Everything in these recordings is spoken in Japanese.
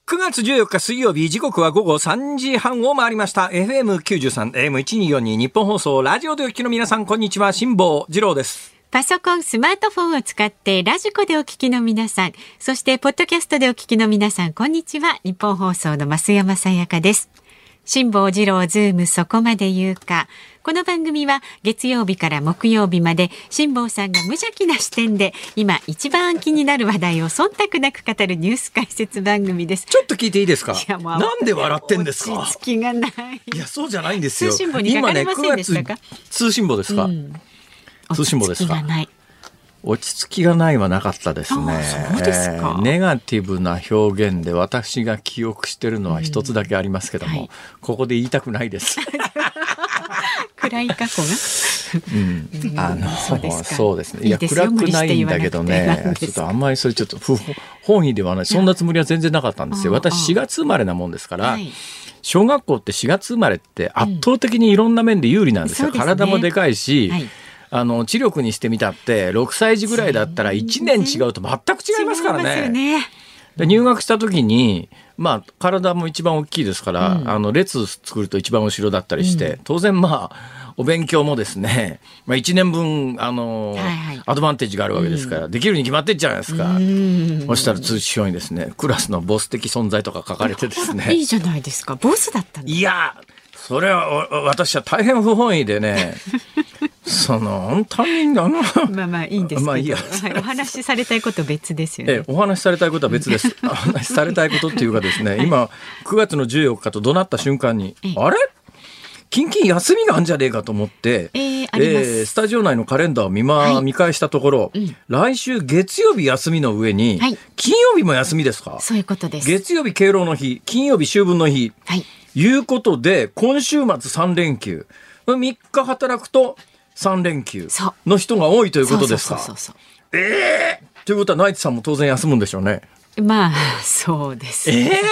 9月14日水曜日、時刻は午後3時半を回りました。 FM93 AM1242 日本放送ラジオでお聞きの皆さん、こんにちは。辛坊治郎です。 パソコン、スマートフォンを使ってラジコでお聞きの皆さん、そしてポッドキャストでお聞きの皆さん、こんにちは。日本放送の増山さやかです。辛坊治郎ズームそこまで言うか。この番組は月曜日から木曜日まで辛坊さんが無邪気な視点で今一番気になる話題を忖度なく語るニュース解説番組です。 ちょっと聞いていいですか。なんで笑ってんですか。 落ち着きがない。 いや、そうじゃないんですよ。 通信簿に書かれませんでしたか。 今ね、通信簿ですか、通信簿ですか。落ち着きがないはなかったですね。 そうですか。 ネガティブな表現で私が記憶してるのは一つだけありますけども、ここで言いたくないです暗い過去が、 そうですね。いや、暗くないんだけどね、ちょっとあんまりそれちょっと不本意ではない。そんなつもりは全然なかったんですよ。私4月生まれなもんですから、小学校って4月生まれって圧倒的にいろんな面で有利なんですよ。体もでかいし、知力にしてみたって6歳児ぐらいだったら1年違うと全く違いますからね。で、入学した時に、体も一番大きいですから、列作ると一番後ろだったりして、当然お勉強もですね、1年分アドバンテージがあるわけですから、できるに決まってんじゃないですか。そしたら通知表にですね、クラスのボス的存在とか書かれてですね。 いいじゃないですか。ボスだったんです。 いや、それは私は大変不本意でね本当にいいんですけど、いいや、お話しされたいこと別ですよね。 お話しされたいことは別です。お話しされたいことっていうかですね、今9月の14日と怒鳴った瞬間に、あれキンキン休みがあるんじゃねえかと思って、スタジオ内のカレンダーを見返したところ、来週月曜日休みの上に、金曜日も休みですか。 そういうことです。 月曜日敬老の日、金曜日秋分の日、いうことで今週末3連休、3日働くと3連休の人が多いということですか。ということはナイツさんも当然休むんでしょうね。 そうです。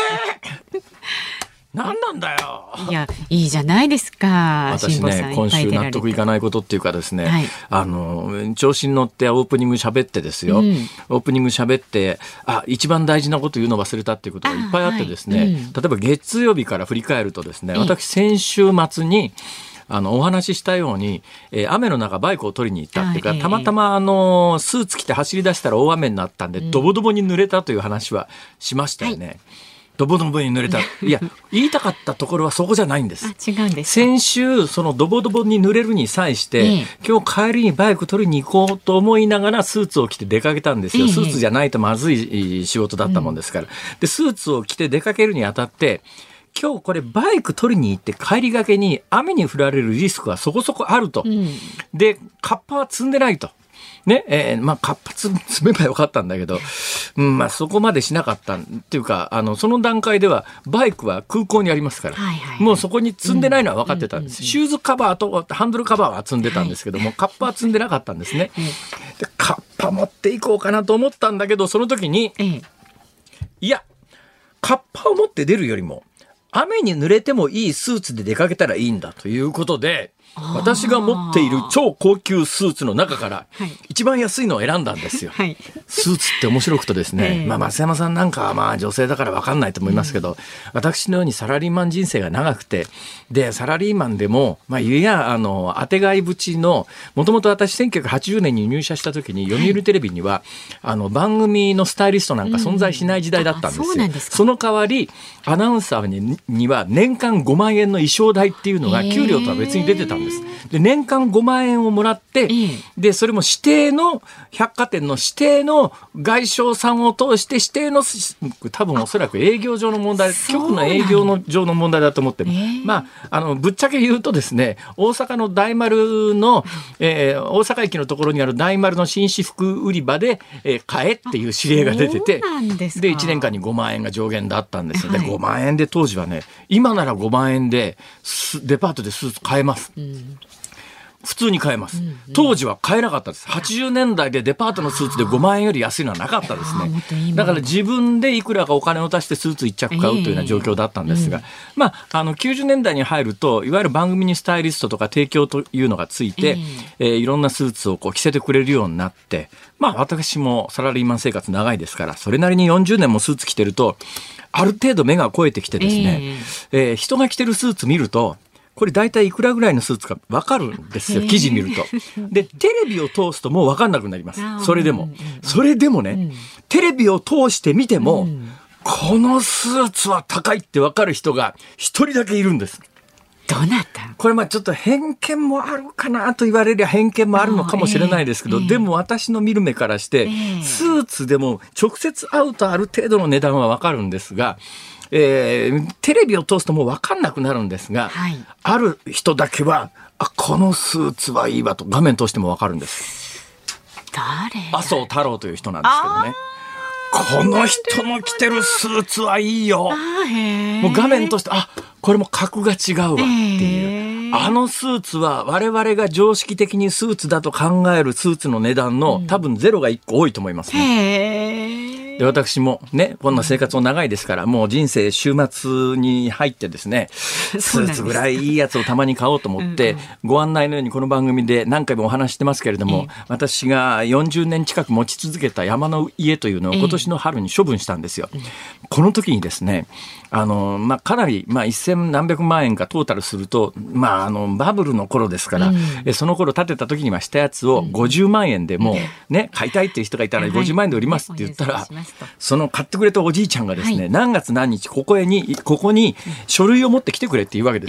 何なんだよ。 いや、いいじゃないですか。 私ね、今週納得いかないことっていうかですね、調子に乗ってオープニング喋ってですよ、オープニング喋って一番大事なこと言うの忘れたっていうことがいっぱいあってですね、例えば月曜日から振り返るとですね、私先週末にお話ししたように、雨の中バイクを取りに行ったっていうか、たまたまスーツ着て走り出したら大雨になったんで、ドボドボに濡れたという話はしましたよね。ドボドボに濡れた。いや、言いたかったところはそこじゃないんです。 違うんです。 先週そのドボドボに濡れるに際して、今日帰りにバイク取りに行こうと思いながらスーツを着て出かけたんですよ。スーツじゃないとまずい仕事だったもんですから。で、スーツを着て出かけるにあたって、今日これバイク取りに行って帰りがけに雨に降られるリスクはそこそこあると。で、カッパは積んでないと。ね、カッパ積めばよかったんだけど、そこまでしなかったっていうか、その段階ではバイクは空港にありますから、もうそこに積んでないのは分かってたんです。シューズカバーとハンドルカバーは積んでたんですけども、カッパは積んでなかったんですね。で、カッパ持っていこうかなと思ったんだけど、その時に、いや、カッパを持って出るよりも雨に濡れてもいいスーツで出かけたらいいんだということで、私が持っている超高級スーツの中から一番安いのを選んだんですよ。スーツって面白くとですね、増山さんなんかは女性だから分かんないと思いますけど、私のようにサラリーマン人生が長くて、でサラリーマンでも当てがい縁の、もともと私1980年に入社した時に読売テレビには番組のスタイリストなんか存在しない時代だったんですよ。その代わりアナウンサーには年間5万円の衣装代っていうのが給料とは別に出てたんです。で、年間5万円をもらって、でそれも指定の百貨店の指定の外商さんを通して指定の、多分おそらく営業上の問題、局の営業上の問題だと思って、ぶっちゃけ言うとですね、大阪の大丸の、大阪駅のところにある大丸の紳士服売り場で、買えっていう指令が出てて、で1年間に5万円が上限だったんですよ。で5万円で当時はね、今なら5万円でデパートでスーツ買えます。普通に買えます。当時は買えなかったです。80年代でデパートのスーツで5万円より安いのはなかったですね。だから自分でいくらかお金を出してスーツ1着買うというような状況だったんですが、90年代に入るといわゆる番組にスタイリストとか提供というのがついて、いろんなスーツを着せてくれるようになって、私もサラリーマン生活長いですから、それなりに40年もスーツ着てるとある程度目が肥えてきてですね、人が着てるスーツ見ると、これ大体いくらぐらいのスーツか分かるんですよ、記事見ると。で、テレビを通すともう分かんなくなります。それでもね、テレビを通して見ても、このスーツは高いって分かる人が一人だけいるんです。 どなた？ これちょっと偏見もあるかなと言われりゃ偏見もあるのかもしれないですけど、でも私の見る目からして、スーツでも直接会うとある程度の値段は分かるんですが、テレビを通すともう分かんなくなるんですが、ある人だけはこのスーツはいいわと画面通しても分かるんです。 誰？ 麻生太郎という人なんですけどね、この人の着てるスーツはいいよ。もう画面としてこれも格が違うわっていう。あのスーツは我々が常識的にスーツだと考えるスーツの値段の多分ゼロが1個多いと思いますね。で、私もね、こんな生活も長いですから、もう人生週末に入ってですね、スーツぐらいいいやつをたまに買おうと思って、ご案内のようにこの番組で何回もお話してますけれども、私が40年近く持ち続けた山の家というのを今年の春に処分したんですよ。この時にですね、かなり、1000何百万円かトータルすると、バブルの頃ですから、その頃建てた時にはしたやつを50万円でもうね、買いたいっていう人がいたら50万円で売りますって言ったら、その買ってくれたおじいちゃんがですね、何月何日ここに書類を持ってきてくれっていうわけです。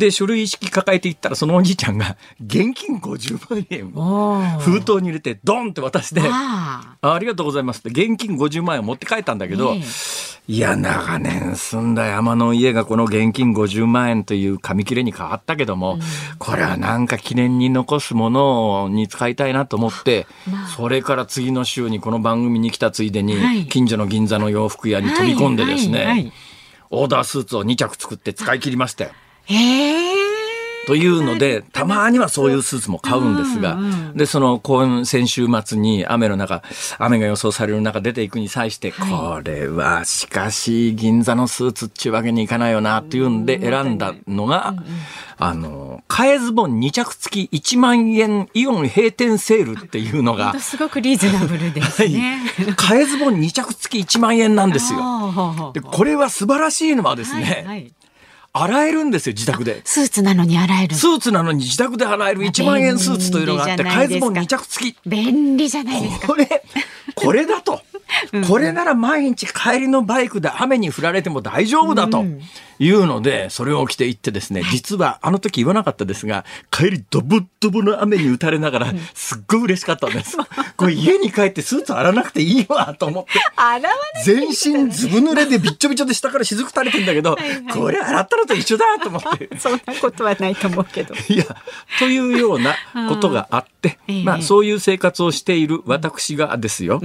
で、書類一式抱えていったら、そのおじいちゃんが現金50万円を封筒に入れてドンって渡して、ありがとうございますって現金50万円を持って帰ったんだけど、いや、長年住んだ山の家がこの現金50万円という紙切れに変わったけども、これはなんか記念に残すものに使いたいなと思って、それから次の週にこの番組に来たついでに、近所の銀座の洋服屋に飛び込んでですね、オーダースーツを2着作って使い切りましたよ。というので、たまにはそういうスーツも買うんですが、で、先週末に雨が予想される中出ていくに際して、これはしかし銀座のスーツっちゅうわけにいかないよなっていうんで選んだのが、替えズボン2着付き1万円イオン閉店セールっていうのが、 すごくリーズナブルですね。 替えズボン2着付き1万円なんですよ。で、これは素晴らしいのはですね、洗えるんですよ、自宅で。 スーツなのに洗える。 スーツなのに自宅で洗える1万円スーツというのがあって、替えズボン2着付き。 便利じゃないですか。 これだと。これなら毎日帰りのバイクで雨に降られても大丈夫だというので、それを着ていってですね、実はあの時言わなかったですが、帰りドボドボの雨に打たれながらすっごい嬉しかったんです。これ家に帰ってスーツ洗わなくていいわと思って、全身ずぶ濡れでびっちょびちょで下から雫垂れてんだけど、これ洗ったのと一緒だと思って。 そんなことはないと思うけど。 いや、というようなことがあって、そういう生活をしている私がですよ、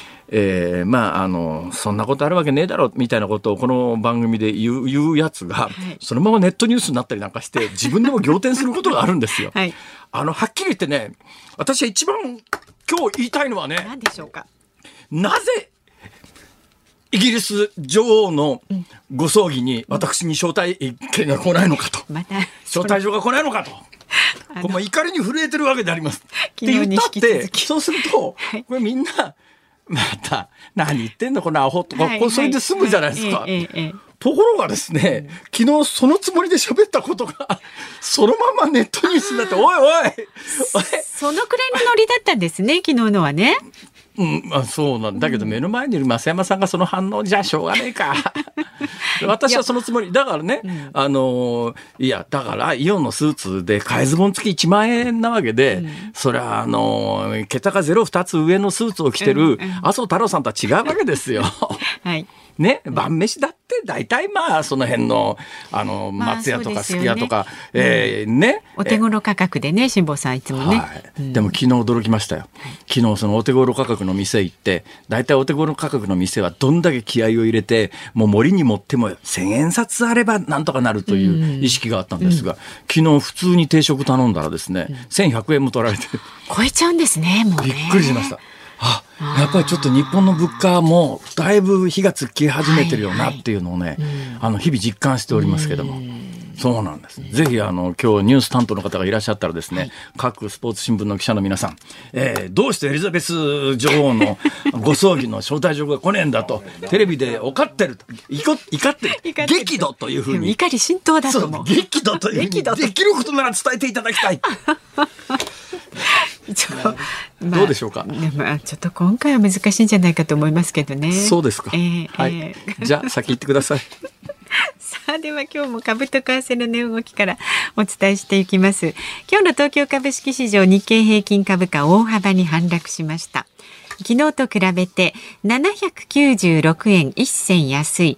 そんなことあるわけねえだろみたいなことをこの番組で言うやつが、そのままネットニュースになったりなんかして自分でも仰天することがあるんですよ。はっきり言ってね、私は一番今日言いたいのはね、 何でしょうか。 なぜイギリス女王のご葬儀に私に招待券が来ないのかと、招待状が来ないのかと、これ怒りに震えてるわけであります。って言ったって、そうするとこれみんなまた何言ってんのこのアホとか、それで済むじゃないですか。ところがですね、昨日そのつもりで喋ったことがそのままネットニュースになって、おいそのくらいのノリだったんですね、昨日のはね。 そうなんだけど、目の前にいる増山さんがその反応じゃしょうがねえか。私はそのつもりだからね、いやだからイオンのスーツで替えズボン付き1万円なわけで、それは桁が0-2つ上のスーツを着てる麻生太郎さんとは違うわけですよ。ね、晩飯だって大体その辺の松屋とかすき家とか、ね、 お手頃価格でね、辛坊さんいつもね。 でも昨日驚きましたよ。昨日そのお手頃価格の店行って、大体お手頃価格の店はどんだけ気合を入れて、もう盛りに盛っても1000円札あればなんとかなるという意識があったんですが、昨日普通に定食頼んだらですね、1100円も取られて超えちゃうんですね。もうね、 びっくりしました。やっぱりちょっと日本の物価もだいぶ火がつき始めてるよなっていうのをね、日々実感しておりますけども。 そうなんです。ぜひ今日ニュース担当の方がいらっしゃったらですね、はい、各スポーツ新聞の記者の皆さん、どうしてエリザベス女王のご葬儀の招待状が来ねえんだとテレビで怒ってる、怒ってる激怒というふうに、 怒り浸透だと思う。 激怒というふうにできることなら伝えていただきたいどうでしょうか。 ちょっと今回は難しいんじゃないかと思いますけどね。 そうですか、はい、じゃあ先言ってくださいさあでは今日も株と為替の値動きからお伝えしていきます。今日の東京株式市場、日経平均株価大幅に反落しました。昨日と比べて796円1銭安い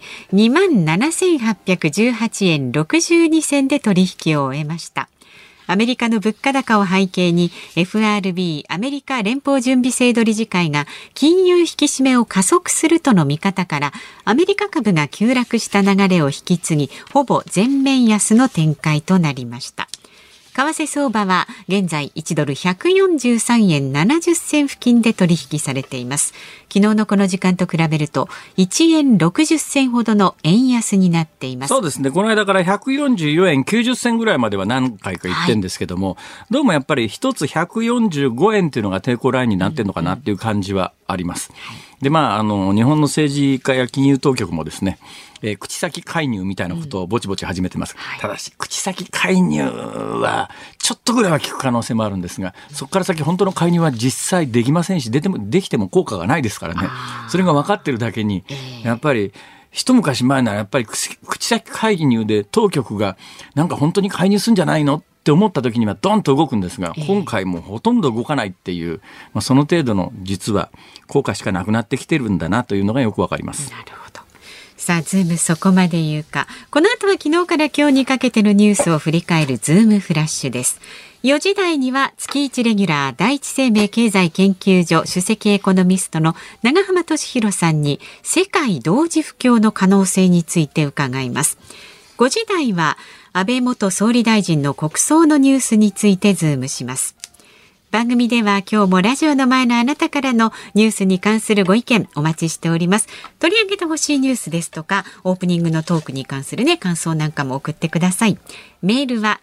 27,818 円62銭で取引を終えました。アメリカの物価高を背景に FRB アメリカ連邦準備制度理事会が金融引き締めを加速するとの見方からアメリカ株が急落した流れを引き継ぎ、ほぼ全面安の展開となりました。為替相場は現在1ドル143円70銭付近で取引されています。昨日のこの時間と比べると1円60銭ほどの円安になっています。 そうですね。この間から144円90銭ぐらいまでは何回か言ってるんですけども、どうもやっぱり一つ145円というのが抵抗ラインになってるのかなっていう感じはあります。で、日本の政治家や金融当局もですね、口先介入みたいなことをぼちぼち始めてます。ただし口先介入はちょっとぐらいは効く可能性もあるんですが、そこから先本当の介入は実際できませんし、できても効果がないですからね。それが分かってるだけに、やっぱり一昔前ならやっぱり口先介入で当局がなんか本当に介入するんじゃないのって思った時にはドンと動くんですが、今回もほとんど動かないっていう、その程度の実は効果しかなくなってきてるんだなというのがよくわかります。 なるほど。さあズームそこまで言うか。この後は昨日から今日にかけてのニュースを振り返るズームフラッシュです。4時台には月1レギュラー第一生命経済研究所首席エコノミストの長浜俊弘さんに世界同時不況の可能性について伺います。5時台は安倍元総理大臣の国葬のニュースについてズームします。番組では今日もラジオの前のあなたからのニュースに関するご意見お待ちしております。取り上げてほしいニュースですとかオープニングのトークに関する感想なんかも送ってください。メールは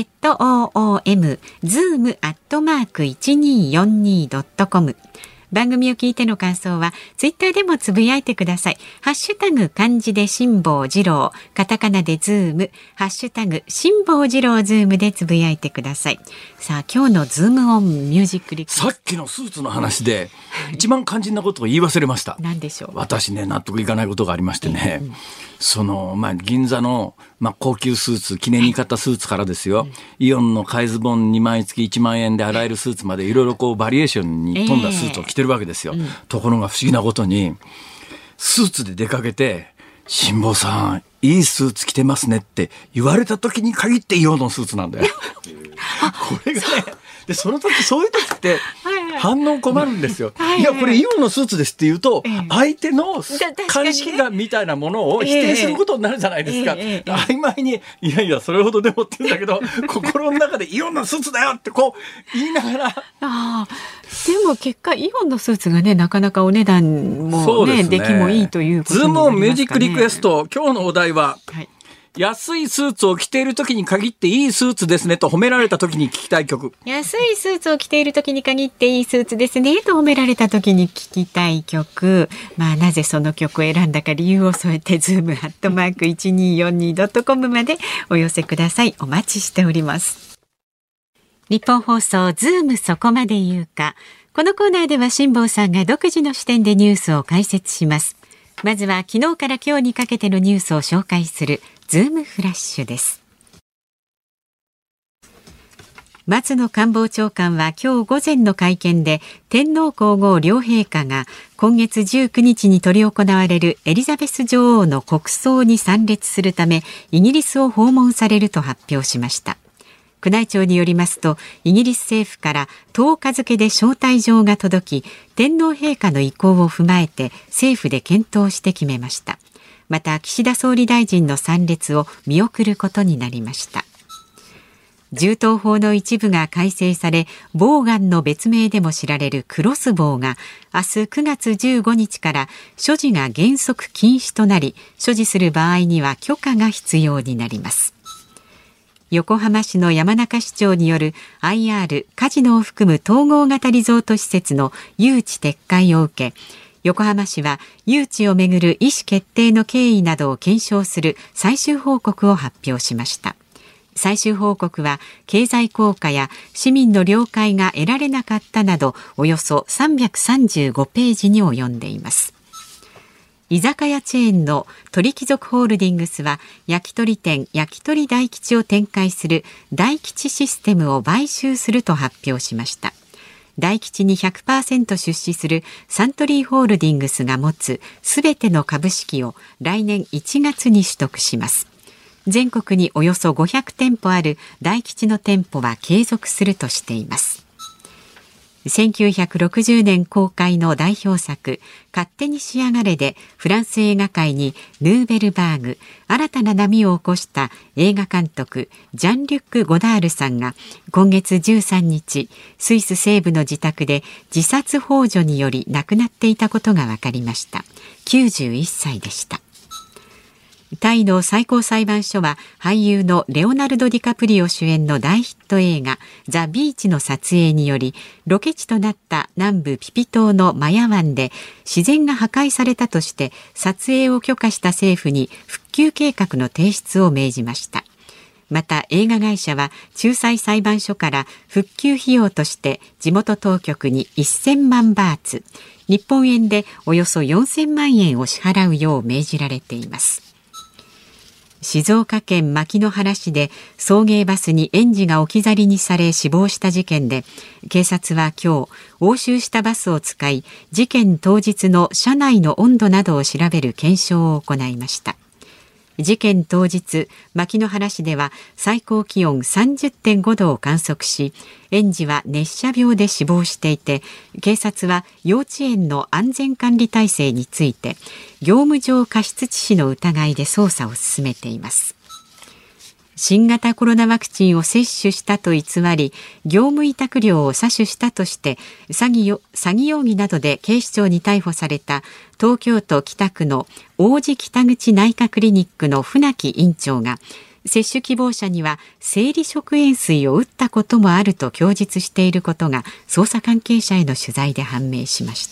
zoom@1242.com。番組を聞いての感想はツイッターでもつぶやいてください。ハッシュタグ漢字で辛坊治郎、カタカナでズーム、ハッシュタグ辛坊治郎ズームでつぶやいてください。さあ今日のズームオンミュージックリクエスト、 さっきのスーツの話で一番肝心なことを言い忘れました。 何でしょう。 私ね、納得いかないことがありましてね、銀座の、高級スーツ、記念に買ったスーツからですよ、イオンの替えズボン2枚付き1万円で洗えるスーツまでいろいろバリエーションに富んだスーツを着てるわけですよ。ところが不思議なことにスーツで出かけて、辛坊さんいいスーツ着てますねって言われた時に限ってイオンのスーツなんだよこれがね、でそういう時って反応困るんですよ。いやこれイオンのスーツですって言うと、相手の鑑識眼みたいなものを否定することになるじゃないですか。曖昧にいやそれほどでもって言うんだけど心の中でイオンのスーツだよって言いながらでも結果イオンのスーツがね、なかなかお値段もね、出来もいいということになりますかね。ズームオンミュージックリクエスト、今日のお題は、安いスーツを着ている時に限っていいスーツですねと褒められた時に聞きたい曲。 安いスーツを着ている時に限っていいスーツですねと褒められた時に聞きたい曲。なぜその曲を選んだか理由を添えて zoom@1242.com までお寄せください。お待ちしております。日本放送ズームそこまで言うか。このコーナーでは辛坊さんが独自の視点でニュースを解説します。まずは昨日から今日にかけてのニュースを紹介するズームフラッシュです。松野官房長官は今日午前の会見で、天皇皇后両陛下が今月19日に執り行われるエリザベス女王の国葬に参列するためイギリスを訪問されると発表しました。宮内庁によりますと、イギリス政府から10日付で招待状が届き、天皇陛下の意向を踏まえて政府で検討して決めました。また岸田総理大臣の参列を見送ることになりました。銃刀法の一部が改正され、ボウガンの別名でも知られるクロスボウが明日9月15日から所持が原則禁止となり、所持する場合には許可が必要になります。 横浜市の山中市長による IR カジノを含む統合型リゾート施設の誘致撤回を受け、横浜市は誘致をめぐる意思決定の経緯などを検証する最終報告を発表しました。最終報告は経済効果や市民の了解が得られなかったなどおよそ335ページに及んでいます。居酒屋チェーンの鳥貴族ホールディングスは焼き鳥店焼き鳥大吉を展開する大吉システムを買収すると発表しました。大吉に 100% 出資するサントリーホールディングスが持つすべての株式を来年1月に取得します。全国におよそ500店舗ある大吉の店舗は継続するとしています。1960年公開の代表作勝手に仕上がれでフランス映画界にヌーベルバーグ新たな波を起こした映画監督ジャン・リュック・ゴダールさんが今月13日スイス西部の自宅で自殺幇助により亡くなっていたことが分かりました。91歳でした。タイの最高裁判所は俳優のレオナルド・ディカプリオ主演の大ヒット映画ザ・ビーチの撮影によりロケ地となった南部ピピ島のマヤ湾で自然が破壊されたとして撮影を許可した政府に復旧計画の提出を命じました。また映画会社は仲裁裁判所から復旧費用として地元当局に1000万バーツ日本円でおよそ4000万円を支払うよう命じられています。静岡県牧之原市で送迎バスに園児が置き去りにされ死亡した事件で警察は今日押収したバスを使い事件当日の車内の温度などを調べる検証を行いました。事件当日牧之原市では最高気温 30.5 度を観測し園児は熱射病で死亡していて警察は幼稚園の安全管理体制について業務上過失致死の疑いで捜査を進めています。新型コロナワクチンを接種したと偽り業務委託料を詐取したとして詐欺容疑などで警視庁に逮捕された東京都北区の王子北口内科クリニックの船木院長が接種希望者には生理食塩水を打ったこともあると供述していることが捜査関係者への取材で判明しました。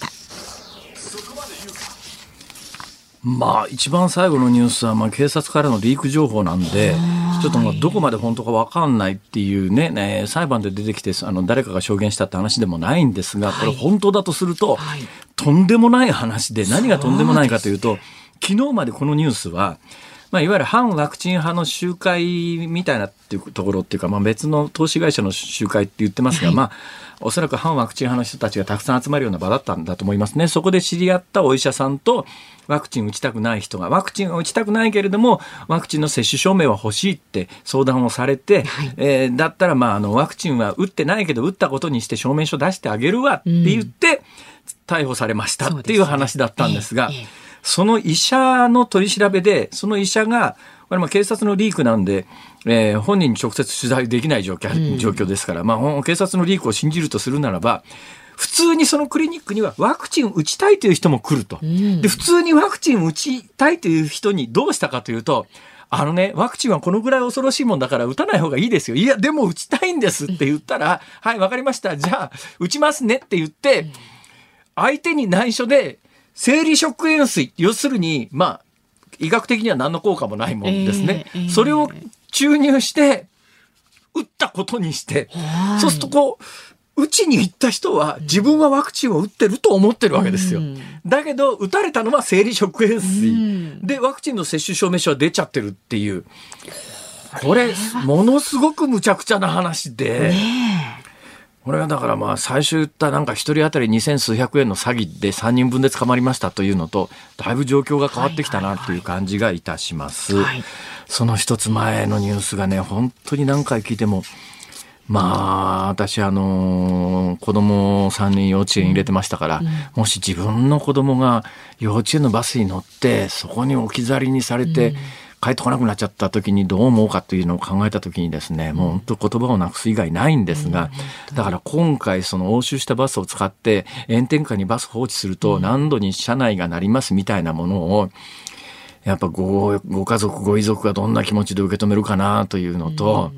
一番最後のニュースは警察からのリーク情報なんでちょっとどこまで本当か分かんないっていうね、裁判で出てきて誰かが証言したって話でもないんですが、これ本当だとすると、とんでもない話で何がとんでもないかというと昨日までこのニュースはいわゆる反ワクチン派の集会みたいなっていうところっていうか、別の投資会社の集会って言ってますが、おそらく反ワクチン派の人たちがたくさん集まるような場だったんだと思いますね。そこで知り合ったお医者さんとワクチン打ちたくない人がワクチンを打ちたくないけれどもワクチンの接種証明は欲しいって相談をされて、だったらワクチンは打ってないけど打ったことにして証明書出してあげるわって言って逮捕されましたっていう話だったんですが、その医者の取り調べでその医者がこれ警察のリークなんで、本人に直接取材できない状況ですから、警察のリークを信じるとするならば普通にそのクリニックにはワクチンを打ちたいという人も来ると。で普通にワクチンを打ちたいという人にどうしたかというとワクチンはこのぐらい恐ろしいもんだから打たない方がいいですよ。いやでも打ちたいんですって言ったらはいわかりましたじゃあ打ちますねって言って相手に内緒で生理食塩水要するに医学的には何の効果もないもんですね、それを注入して打ったことにしてそうすると打ちに行った人は自分はワクチンを打ってると思ってるわけですよ、だけど打たれたのは生理食塩水、でワクチンの接種証明書は出ちゃってるっていうこれものすごく無茶苦茶な話で、これはだから最初言った1人当たり2000数百円の詐欺で3人分で捕まりましたというのとだいぶ状況が変わってきたなという感じがいたします、その一つ前のニュースがね本当に何回聞いても私子供3人幼稚園入れてましたから、もし自分の子供が幼稚園のバスに乗ってそこに置き去りにされて、帰ってこなくなっちゃった時にどう思うかというのを考えた時にですね、もう本当言葉をなくす以外ないんですが、だから今回その押収したバスを使って炎天下にバス放置すると何度に車内がなりますみたいなものをやっぱご家族ご遺族がどんな気持ちで受け止めるかなというのと、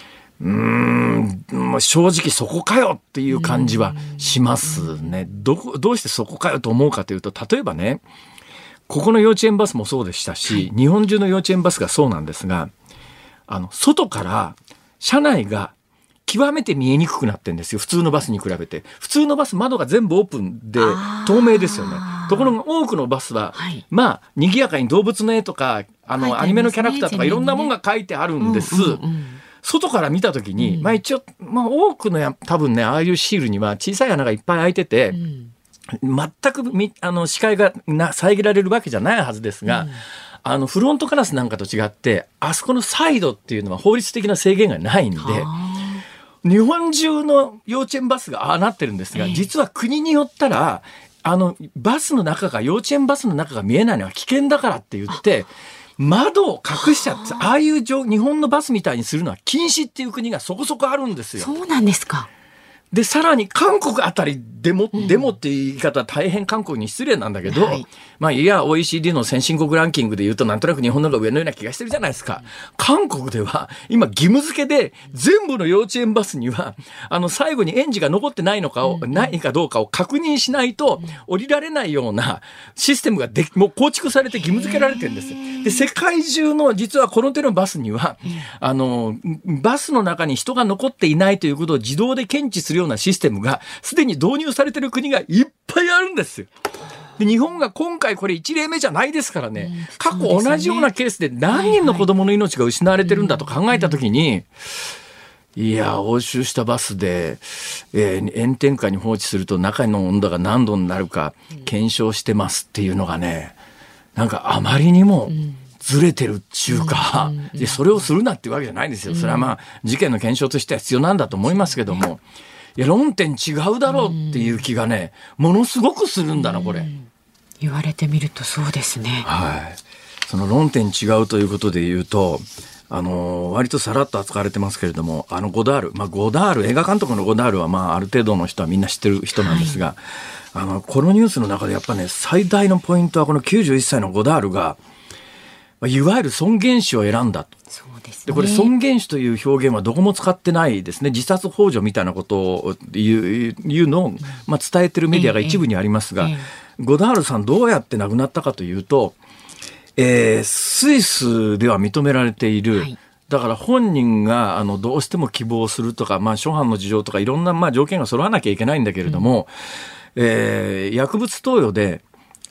正直そこかよっていう感じはしますね。どうしてそこかよと思うかというと、例えばね、ここの幼稚園バスもそうでしたし、日本中の幼稚園バスがそうなんですが、外から車内が極めて見えにくくなってるんですよ。普通のバスに比べて。普通のバス窓が全部オープンで透明ですよね。ところが多くのバスは、賑やかに動物の絵とかアニメのキャラクターとかいろんなものが書いてあるんです。外から見たときに、一応、多くの多分ね、ああいうシールには小さい穴がいっぱい開いてて、全く視界が遮られるわけじゃないはずですが、フロントガラスなんかと違って、あそこのサイドっていうのは法律的な制限がないんで、日本中の幼稚園バスがああなってるんですが、実は国によったら、バスの中が、幼稚園バスの中が見えないのは危険だからって言って、窓を隠しちゃって、ああいう日本のバスみたいにするのは禁止っていう国がそこそこあるんですよ。 そうなんですか。 で、さらに韓国あたりでもっていう言い方は大変韓国に失礼なんだけど、OECD の先進国ランキングで言うとなんとなく日本の方が上のような気がしてるじゃないですか。韓国では今義務付けで全部の幼稚園バスには最後に園児が残ってないのかないかどうかを確認しないと降りられないようなシステムがもう構築されて義務付けられてるんです。で、世界中の実はこの手のバスにはバスの中に人が残っていないということを自動で検知するようなシステムがすでに導入されている国がいっぱいあるんですよ。で、日本が今回これ1例目じゃないですからね。過去同じようなケースで何人の子供の命が失われてるんだと考えたときに、いや、押収したバスで、炎天下に放置すると中の温度が何度になるか検証してますっていうのがね、なんかあまりにもずれてるっていうか、でそれをするなっていうわけじゃないんですよ。それは事件の検証としては必要なんだと思いますけども、いや、論点違うだろうっていう気がね、ものすごくするんだな、これ。 言われてみるとそうですね。 その論点違うということで言うと、割とさらっと扱われてますけれども、ゴダール、映画監督のゴダールはある程度の人はみんな知ってる人なんですが、このニュースの中でやっぱね、最大のポイントはこの91歳のゴダールが、いわゆる尊厳死を選んだと。 そうですね。 で、これ尊厳死という表現はどこも使ってないですね。自殺幇助みたいなことをいうのを、伝えてるメディアが一部にありますが、ゴダールさんどうやって亡くなったかというと、スイスでは認められている、だから本人がどうしても希望するとか、諸般の事情とかいろんな条件が揃わなきゃいけないんだけれども、薬物投与で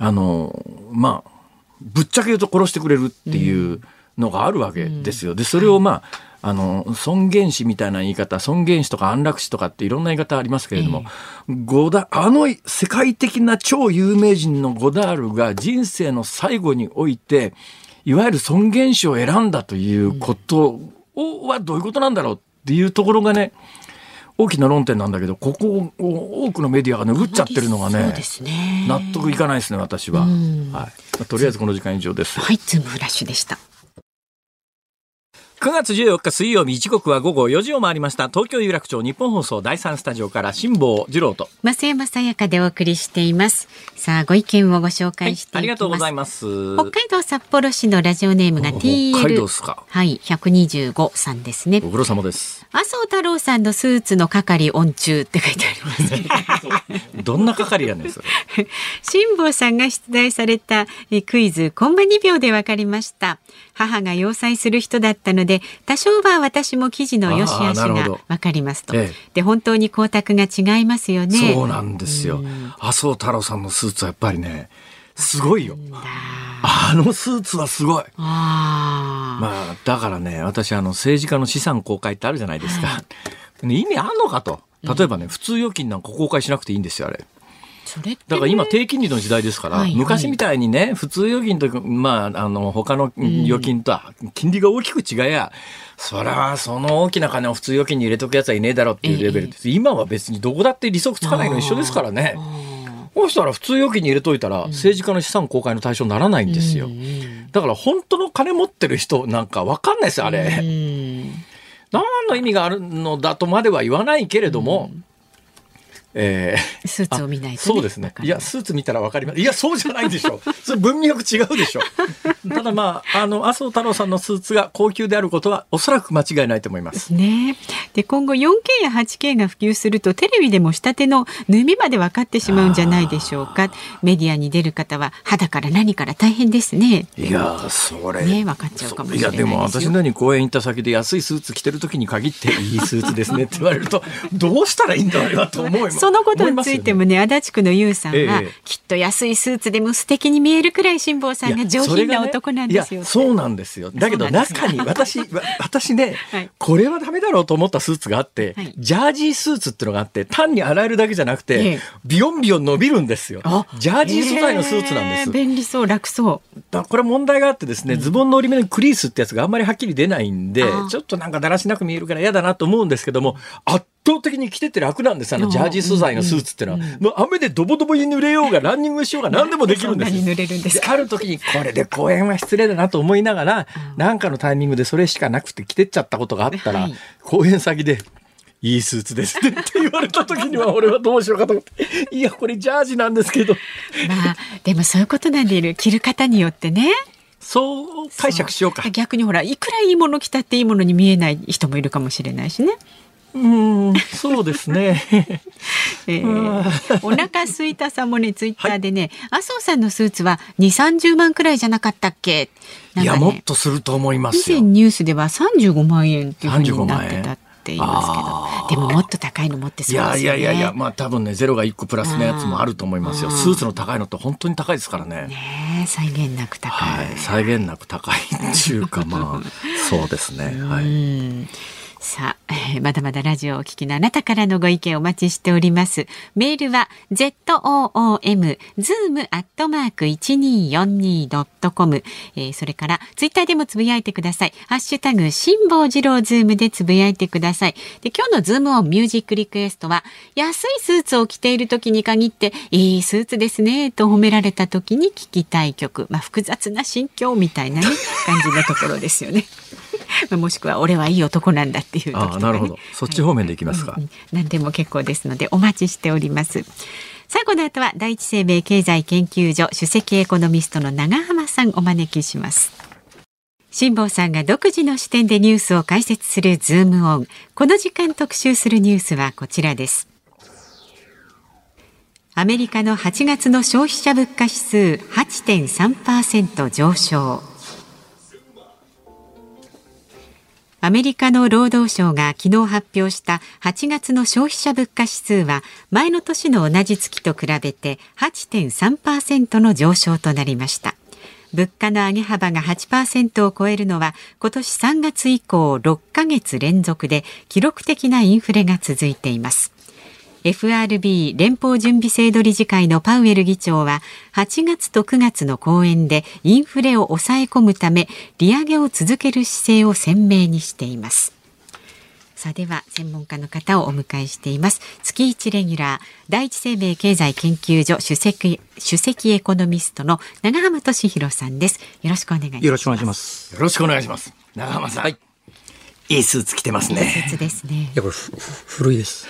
ぶっちゃけ言うと殺してくれるっていうのがあるわけですよ。で、それを尊厳死みたいな言い方、尊厳死とか安楽死とかっていろんな言い方ありますけれども、世界的な超有名人のゴダールが人生の最後において、いわゆる尊厳死を選んだということはどういうことなんだろうっていうところがね、大きな論点なんだけど、ここを多くのメディアが拭っちゃってるのがね、納得いかないですね、私は。とりあえずこの時間以上です。 ズームフラッシュでした。 9月14日水曜日、時刻は午後4時を回りました。東京有楽町日本放送第3スタジオから辛坊治郎と増山さやかでお送りしています。さあ、ご意見をご紹介していきます。 ありがとうございます。 北海道札幌市のラジオネームが TL 北海道ですか。 125さんですね。 ご苦労様です。 麻生太郎さんのスーツの係音中って書いてありますどんな係やねんそれ。 辛坊さんが出題されたクイズ、コンマ2秒で分かりました。母が洋裁する人だったので、多少は私も生地の良し悪しが分かりますと。で、本当に光沢が違いますよね。 そうなんですよ。麻生太郎さんのスーツはやっぱりね、すごいよ。あのスーツはすごい。だからね、私政治家の資産公開ってあるじゃないですか。意味あんのかと。例えばね、普通預金なんか公開しなくていいんですよ、あれ。だから今低金利の時代ですから、昔みたいにね、普通預金と他の預金とは金利が大きく違いや、そりゃその大きな金を普通預金に入れとくやつはいねえだろうっていうレベルです。今は別にどこだって利息つかないの一緒ですからね。そうしたら普通預金に入れといたら政治家の資産公開の対象にならないんですよ。だから本当の金持ってる人なんか分かんないですよ、あれ。何の意味があるのだとまでは言わないけれども、 スーツを見ないと、ね、 そうですね。いや、スーツ見たら分かります。いや、そうじゃないでしょ。それ文脈違うでしょ。ただまあ、麻生太郎さんのスーツが高級であることはおそらく間違いないと思います。 ね。で、今後 4K や 8K が普及するとテレビでも仕立ての縫い目まで分かってしまうんじゃないでしょうか。メディアに出る方は肌から何から大変ですね。 いや、それ。 ね、分かっちゃうかもしれないですよ。 いや、でも私のように公園行った先で安いスーツ着てる時に限っていいスーツですねって言われると、どうしたらいいんだろうと思います。 そのことについてもね、足立区のゆうさんは、きっと安いスーツでも素敵に見えるくらい辛坊さんが上品な男なんですよ。 いや、そうなんですよ。だけど中に私ね、はい、これはダメだろうと思ったスーツがあって、はい、ジャージースーツっていうのがあって、単に洗えるだけじゃなくて、ビヨンビヨン伸びるんですよ。ジャージー素材のスーツなんです。 便利そう、楽そう。 これ問題があってですね、ズボンの折り目のクリースってやつがあんまりはっきり出ないんで、ちょっとなんかだらしなく見えるから嫌だなと思うんですけども、圧倒的に着てて楽なんです。ジャージー素材のスーツっていうのは、もう雨でドボドボに濡れようがランニングしようが何でもできるんです。 濡れるんですか。 ある時にこれで公園は失礼だなと思いながら、なんかのタイミングでそれしかなくて着てっちゃったことがあったら、公園先でいいスーツですねって言われた時には俺はどうしようかと思って、いやこれジャージなんですけど、 まあでもそういうことなんでいる、着る方によってね、 そう解釈しようか。 逆にほら、いくらいいもの着たっていいものに見えない人もいるかもしれないしね。 そうですね。 お腹すいたさんもね、ツイッターでね、はい、麻生さんのスーツは2、30万くらいじゃなかったっけ。 なんかね、いやもっとすると思いますよ。 以前ニュースでは35万円っていうふうになってたって言いますけど、でももっと高いの持ってそうですよね。 いや、まあ多分ね、ゼロが1個プラスのやつもあると思いますよ。スーツの高いのって本当に高いですからね。 ね、際限なく高い。 はい、際限なく高いっていうかまあそうですね。はい。 さあ、まだまだラジオをお聞きのあなたからのご意見お待ちしております。メールは zoom@1242.com、それからツイッターでもつぶやいてください。ハッシュタグ辛坊治郎ズームでつぶやいてください。で、今日のズームオンミュージックリクエストは、安いスーツを着ている時に限っていいスーツですねと褒められた時に聴きたい曲、まあ、複雑な心境みたいな、ね、感じのところですよね。もしくは俺はいい男なんだっていう時とか、ね、 なるほど、そっち方面でいきますか。 何でも結構ですのでお待ちしております。最後の後は第一生命経済研究所首席エコノミストの永濱さんお招きします。辛坊さんが独自の視点でニュースを解説するズームオン。この時間特集するニュースはこちらです。アメリカの8月の消費者物価指数 8.3% 上昇。アメリカの労働省が昨日発表した8月の消費者物価指数は前の年の同じ月と比べて 8.3% の上昇となりました。物価の上げ幅が 8% を超えるのは今年3月以降6ヶ月連続で記録的なインフレが続いています。FRB 連邦準備制度理事会のパウエル議長は8月と9月の講演でインフレを抑え込むため利上げを続ける姿勢を鮮明にしています。さあでは専門家の方をお迎えしています。月1レギュラー第一生命経済研究所首席エコノミストの永濱俊弘さんです。よろしくお願いします。 よろしくお願いします。 よろしくお願いします。永濱さん、はい、いいスーツ着てますね。 いいスーツですね。 いやこれ古いです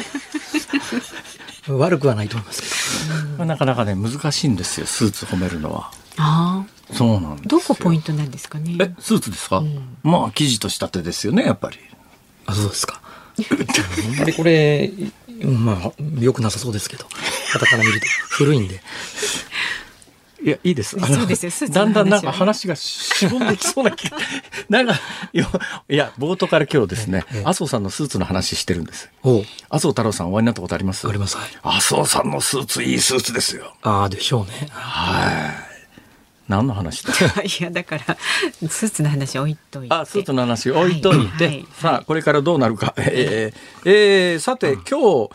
悪くはないと思いますけど、 なかなかね難しいんですよ、スーツ褒めるのは。そうなんですよ。 どこポイントなんですかね。 スーツですか。まあ生地と仕立てですよね、やっぱり。 そうですか。あんまりこれまあ良くなさそうですけど、傍から見ると古いんで。 いやいいです。 そうですよ。 だんだんなんか話がしぼんできそうな気がなんかいや冒頭から今日ですね、麻生さんのスーツの話してるんです。麻生太郎さんお会いになったことあります？ あります。 麻生さんのスーツいいスーツですよ。 でしょうね。 はい。何の話だ。 いやだからスーツの話置いといて。 スーツの話置いといて、さあこれからどうなるか。さて今日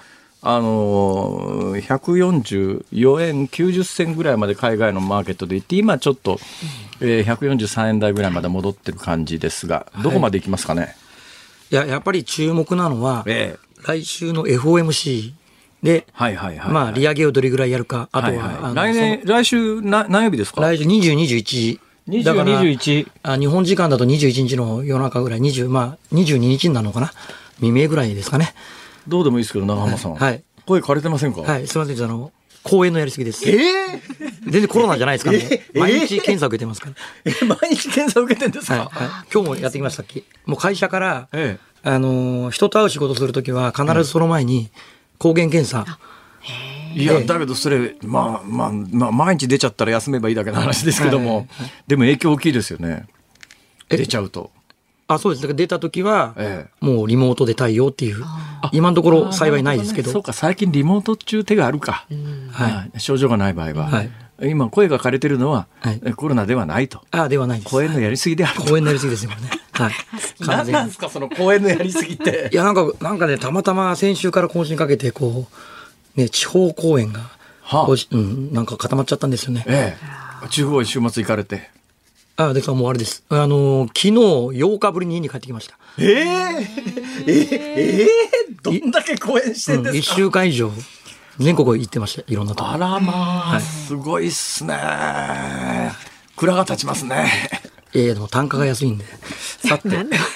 144円90銭ぐらいまで海外のマーケットで行って、今ちょっと、143円台ぐらいまで戻ってる感じですが、どこまで行きますかね。 やっぱり注目なのは、来週の FOMC で、まあ利上げをどれぐらいやるか、あとは、 来週何曜日ですか。 来週20、21だから日本時間だと21日の夜中ぐらい、22日になるのかな、未明ぐらいですかね。 どうでもいいですけど、永濱さん、 声枯れてませんか？ はい、すみません、公園のやりすぎです。全然コロナじゃないですからね。毎日検査受けてますから。 毎日検査受けてんですか？ はいはい、今日もやってきましたっけ。もう会社から、人と会う仕事するときは必ずその前に抗原検査。 いやだけどそれまあ毎日出ちゃったら休めばいいだけの話ですけども、でも影響大きいですよね。出ちゃうと。 そうです。だから出たときはもうリモートで対応っていう。今のところ幸いないですけど。 そうか、最近リモートっていう手があるか。症状がない場合は。今声が枯れてるのはコロナではないと。 ではないです。 公園のやりすぎである。 公園のやりすぎですよね。はい。 何なんですかその公園のやりすぎって。 いやなんかね、たまたま先週から今週にかけて地方公演がなんか固まっちゃったんですよね。 地方へ週末行かれて。 でもうあれです。昨日8日ぶりに家に帰ってきました。 どんだけ公演してんですか？ 1週間以上全国行ってました。いろんなところ。 あらまあ、すごいっすね。蔵が立ちますね。 でも単価が安いんで。 さて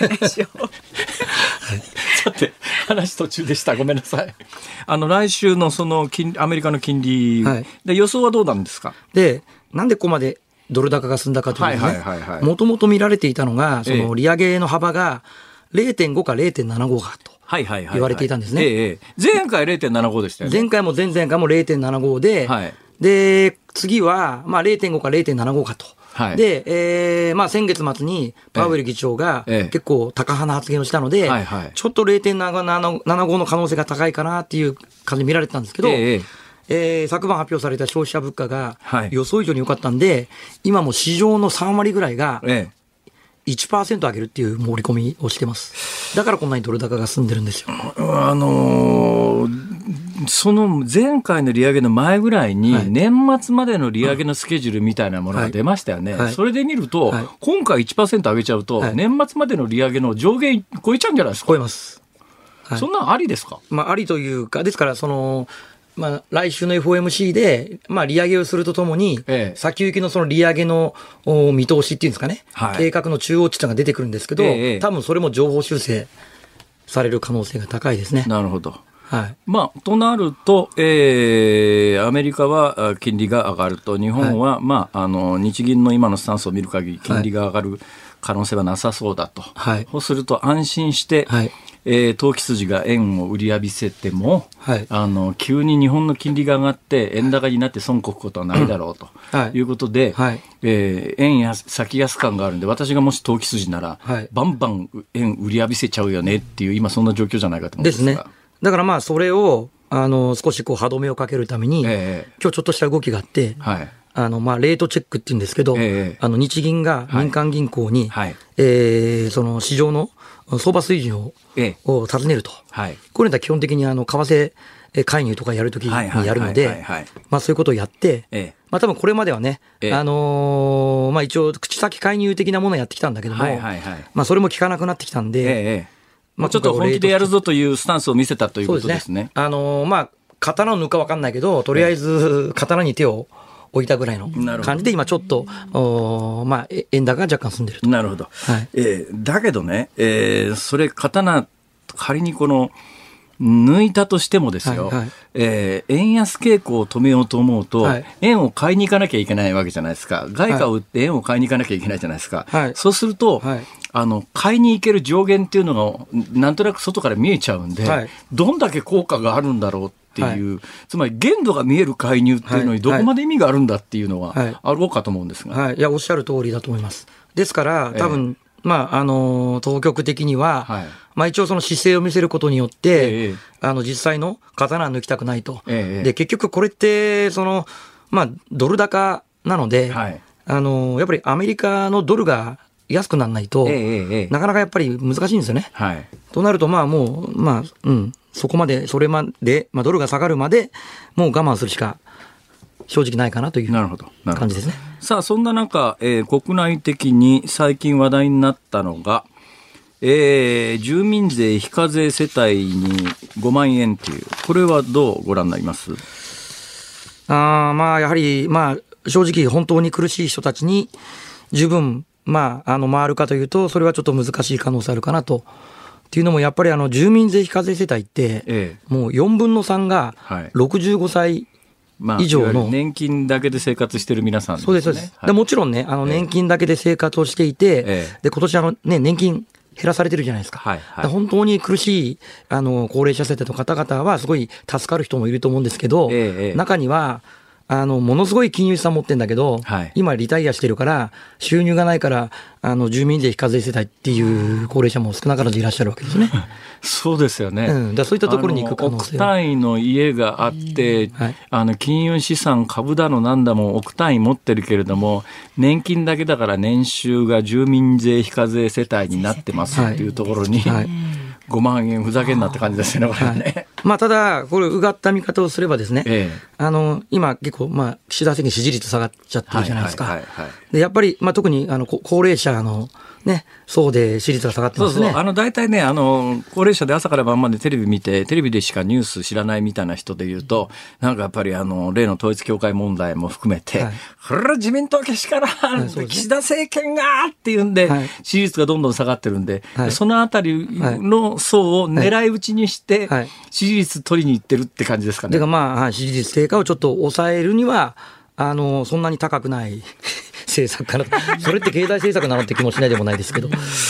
話途中でした。ごめんなさい。来週のアメリカの金利、で予想はどうなんですか？ で、なんでここまでドル高が進んだかというとね、もともと見られていたのが、利上げの幅が 0.5 か 0.75 かと言われていたんですね。 前回 0.75 でしたよね。 前回も前々回も 0.75 で、で、次は0.5 か 0.75 かと。で、先月末にパウエル議長が結構高派な発言をしたので、ちょっと 0.75 の可能性が高いかなっていう感じで見られてたんですけど、昨晩発表された消費者物価が予想以上に良かったんで、今も市場の3割ぐらいが 1% 上げるっていう盛り込みをしてます。だからこんなにドル高が進んでるんですよ。 その前回の利上げの前ぐらいに年末までの利上げのスケジュールみたいなものが出ましたよね。それで見ると、今回 1% 上げちゃうと、年末までの利上げの上限超えちゃうんじゃないですか？ 超えます。 そんなんありですか？ ありというか、ですから来週の FOMC で、利上げをするとともに、先行きのその利上げの見通しっていうんですかね、計画の中央値が出てくるんですけど、多分それも情報修正される可能性が高いですね。 なるほど。となると、アメリカは金利が上がると、日本は、日銀の今のスタンスを見る限り、金利が上がる可能性はなさそうだと。そうすると安心して、投機筋が円を売り浴びせても、急に日本の金利が上がって円高になって損こくことはないだろうということで、円や先安感があるんで、私がもし投機筋なら、バンバン円売り浴びせちゃうよねっていう、今そんな状況じゃないかと思うんですが。ですね。 だからそれを少し歯止めをかけるために、今日ちょっとした動きがあって、レートチェックっていうんですけど、日銀が民間銀行に、その市場の相場水準を尋ねると。これは基本的に為替介入とかやるときにやるので、そういうことをやって、多分これまではね、一応口先介入的なものをやってきたんだけども、それも効かなくなってきたんで、 ちょっと本気でやるぞというスタンスを見せたということですね。 刀を抜くか分かんないけど、とりあえず刀に手を置いたぐらいの感じで、今ちょっと、円高が若干進んでると。 なるほど。だけどね、それ刀、仮に抜いたとしてもですよ、円安傾向を止めようと思うと、円を買いに行かなきゃいけないわけじゃないですか。外貨を売って円を買いに行かなきゃいけないじゃないですか。そうすると、買いに行ける上限っていうのがなんとなく外から見えちゃうんで、どんだけ効果があるんだろうっていう、つまり限度が見える介入っていうのにどこまで意味があるんだっていうのはあろうかと思うんですが、 いやおっしゃる通りだと思います。ですから多分、当局的には、一応その姿勢を見せることによって、実際の刀は抜きたくないと。で結局これってドル高なので、やっぱりアメリカのドルが安くならないと、なかなかやっぱり難しいんですよね。となるとそこまでそれまで、ドルが下がるまでもう我慢するしか正直ないかなという感じですね。 さあそんな中、国内的に最近話題になったのが、住民税非課税世帯に5万円という、これはどうご覧になります？ やはり正直本当に苦しい人たちに十分回るかというと、それはちょっと難しい可能性あるかなとっていうのもやっぱり住民税非課税世帯って、もう4分の3が65歳以上の、 年金だけで生活している皆さんですね。 そうです、そうです。でもちろんね、年金だけで生活をしていて、で今年年金減らされてるじゃないですか。本当に苦しい高齢者世帯の方々はすごい助かる人もいると思うんですけど、中にはものすごい金融資産持ってんだけど、今リタイアしてるから収入がないから住民税非課税世帯っていう高齢者も少なからずいらっしゃるわけですね。 そうですよね。 だそういったところに行く可能性億単位の家があって、金融資産株だのなんだも億単位持ってるけれども、年金だけだから年収が住民税非課税世帯になってますっていうところに、5万円ふざけんなって感じですよね、これね。 ただ、これ、うがった見方をすればですね、今、結構、岸田政権支持率下がっちゃってるじゃないですか。でやっぱり、特に高齢者の層で支持率が下がってますね。 大体ね、高齢者で朝から晩までテレビ見て、テレビでしかニュース知らないみたいな人で言うと、なんかやっぱり例の統一教会問題も含めて、これ自民党けしからん、岸田政権がっていうんで、支持率がどんどん下がってるんで、そのあたりの層を狙い撃ちにして、支持率取りに行ってるって感じですかね。 支持率低下をちょっと抑えるには、そんなに高くない政策かなと。それって経済政策なのって気もしないでもないですけど。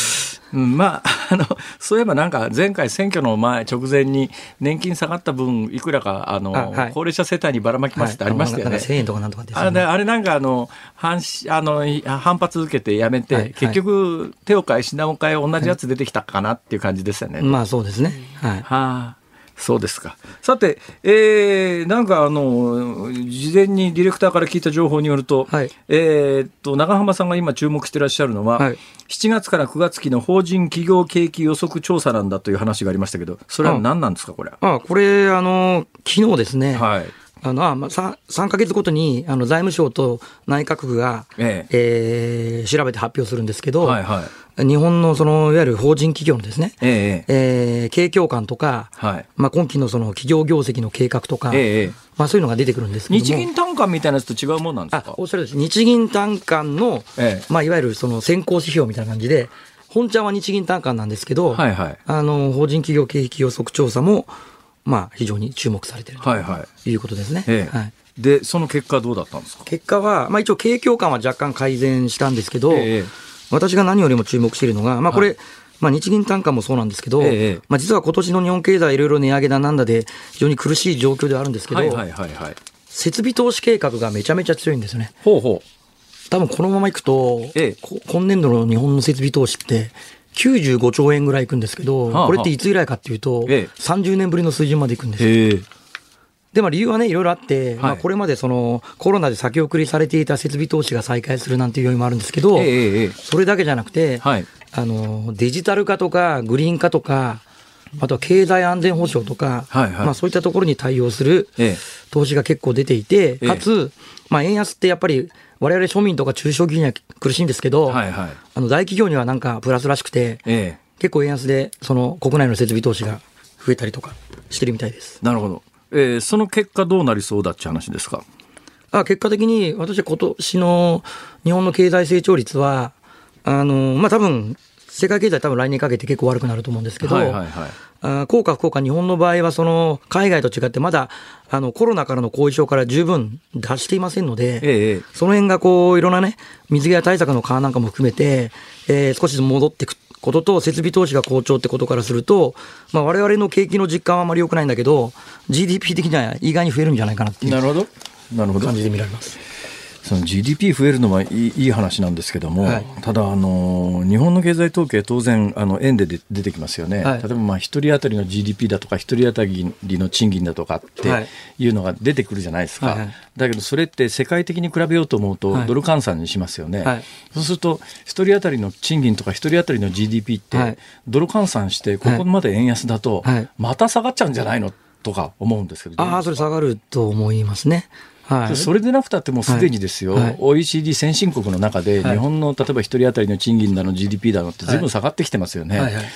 そういえばなんか前回選挙の直前に年金下がった分いくらか高齢者世帯にばらまきますってありましたよね。 1000円とかなんとかですよね。あれなんか反発受けてやめて、結局手を変え品を変え同じやつ出てきたかなっていう感じですよね。 そうですね。 そうですか。さて、なんか事前にディレクターから聞いた情報によると、長浜さんが今注目していらっしゃるのは、7月から9月期の法人企業景気予測調査なんだという話がありましたけど、それは何なんですか、これ。 これ昨日ですね、3ヶ月ごとに財務省と内閣府が、調べて発表するんですけど、日本のいわゆる法人企業のですね、景況感とか、今期の企業業績の計画とか、そういうのが出てくるんですけども、 日銀短観みたいなやつと違うもんなんですか。 おっしゃるです。日銀短観の、いわゆる先行指標みたいな感じで、本ちゃんは日銀短観なんですけど、法人企業景気予測調査も非常に注目されているということですね。 で、その結果はどうだったんですか。 結果は、一応景況感は若干改善したんですけど、私が何よりも注目しているのが、これ、日銀短観もそうなんですけど、実は今年の日本経済いろいろ値上げだなんだで非常に苦しい状況ではあるんですけど、設備投資計画がめちゃめちゃ強いんですよね。多分このままいくと、今年度の日本の設備投資って95兆円ぐらいいくんですけど、これっていつ以来かっていうと、30年ぶりの水準までいくんですよ。で、理由はね、いろいろあって、これまでコロナで先送りされていた設備投資が再開するなんていう要因もあるんですけど、それだけじゃなくて、デジタル化とかグリーン化とか、あとは経済安全保障とか、そういったところに対応する投資が結構出ていて、かつ、円安ってやっぱり我々庶民とか中小企業には苦しいんですけど、大企業にはなんかプラスらしくて、結構円安で国内の設備投資が増えたりとかしてるみたいです。 なるほど。その結果どうなりそうだって話ですか。 結果的に私は今年の日本の経済成長率は多分世界経済多分来年かけて結構悪くなると思うんですけど、効果不効果、日本の場合は海外と違ってまだコロナからの後遺症から十分脱していませんので、その辺がいろんなね水際対策の緩和なんかも含めて、少しずつ戻っていくことと設備投資が好調ってことからすると、我々の景気の実感はあまり良くないんだけど GDP 的には意外に増えるんじゃないかなっていう感じで見られます。 その GDP 増えるのはいい話なんですけども、ただ日本の経済統計当然円で出てきますよね。例えば一人当たりの GDP だとか一人当たりの賃金だとかっていうのが出てくるじゃないですか。だけどそれって世界的に比べようと思うとドル換算にしますよね。そうすると一人当たりの賃金とか一人当たりの GDP ってドル換算してここまで円安だとまた下がっちゃうんじゃないのとか思うんですけど。 それ下がると思いますね。 それでなくたってもうすでにですよ、OECD 先進国の中で日本の例えば一人当たりの賃金だの GDP だのってずいぶん下がってきてますよね。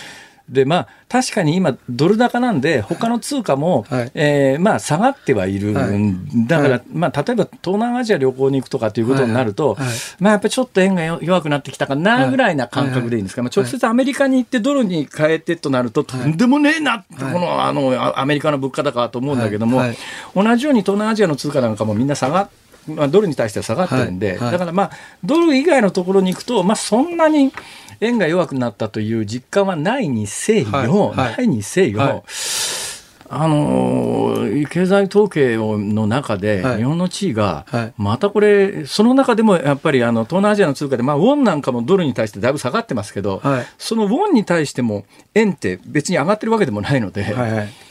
でまあ、確かに今、ドル高なんで、他の通貨も、まあ、下がってはいる、だから、まあ、例えば東南アジア旅行に行くとかということになると、まあ、やっぱりちょっと円が弱くなってきたかなぐらいな感覚でいいんですが、まあ、直接アメリカに行ってドルに変えてとなると、とんでもねえな、このアメリカの物価高と思うんだけども、同じように東南アジアの通貨なんかもみんなドルに対しては下がってるんで、だからまあ、ドル以外のところに行くと、まあ、そんなに円が弱くなったという実感はないにせよ、経済統計の中で日本の地位がまたこれ、その中でもやっぱり東南アジアの通貨で、まあ、ウォンなんかもドルに対してだいぶ下がってますけど、そのウォンに対しても円って別に上がってるわけでもないので、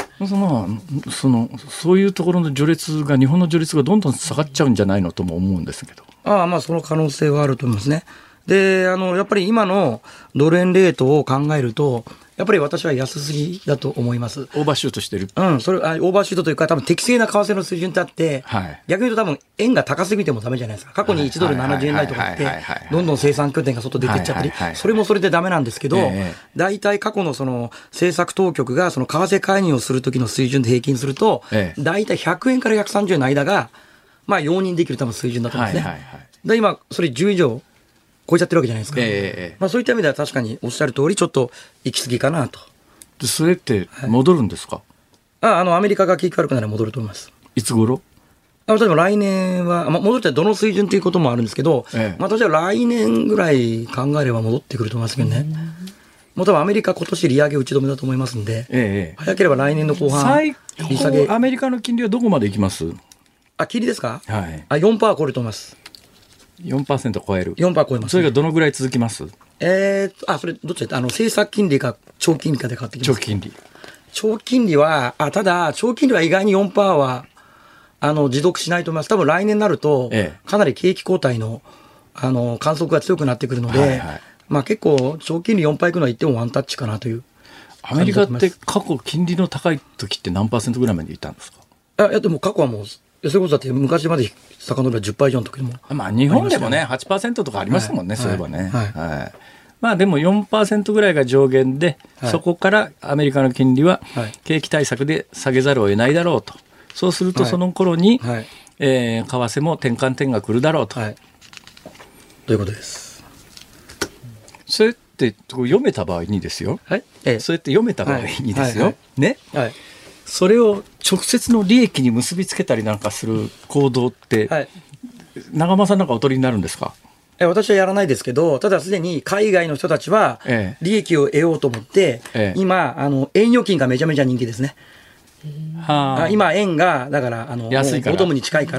そういうところの日本の序列がどんどん下がっちゃうんじゃないのとも思うんですけど。 まあその可能性はあると思いますね。で、やっぱり今のドル円レートを考えると、やっぱり私は安すぎだと思います。 オーバーシュートしてる。 それオーバーシュートというか、多分適正な為替の水準ってあって、逆に言うと多分円が高すぎてもダメじゃないですか。過去に1ドル70円台とかって、どんどん生産拠点が外出ていっちゃったり、それもそれでダメなんですけど、大体過去のその政策当局がその為替介入をする時の水準で平均すると、大体100円から130円の間が、まあ容認できる多分水準だと思うんですね。で、今、それ10以上、超えちゃってるわけじゃないですか。まあそういった意味では確かにおっしゃる通り、ちょっと行き過ぎかなと。 でそれって戻るんですか？ アメリカが景気悪くなら戻ると思います。いつ頃？ 例えば来年は、戻るってどの水準ということもあるんですけど、私は来年ぐらい考えれば戻ってくると思いますけどね。もう多分アメリカ今年利上げ打ち止めだと思いますんで、早ければ来年の後半、 利下げ。アメリカの金利はどこまでいきます？ 金利ですか？4% 超えると思います。 4% 超える。 4% 超えます、ね。 それがどのぐらい続きます？それどっちだ政策金利か長期金利かで変わってきます。長期金利は、ただ、長期金利は意外に 4% は、持続しないと思います。多分来年になると、かなり景気後退の、観測が強くなってくるので、まあ結構、長期金利 4% いくのは言ってもワンタッチかなという。 アメリカって過去金利の高い時って何%ぐらいまでいったんですか？ いや、でも過去はもう、それこそだって昔まで遡れば10%以上の時も。 まあ日本でもね、8% とかありますもんね、そういえばね。まあでも 4% ぐらいが上限で、そこからアメリカの金利は景気対策で下げざるを得ないだろうと。そうするとその頃に、為替も転換点が来るだろうと。 ということです。 それって読めた場合にですよ。それって読めた場合にですよ。ね。それを直接の利益に結びつけたりなんかする行動って、長間さんなんかお取りになるんですか？ 私はやらないですけど、ただすでに海外の人たちは利益を得ようと思って、今円預金がめちゃめちゃ人気ですね。今円がだからボトムに近いから、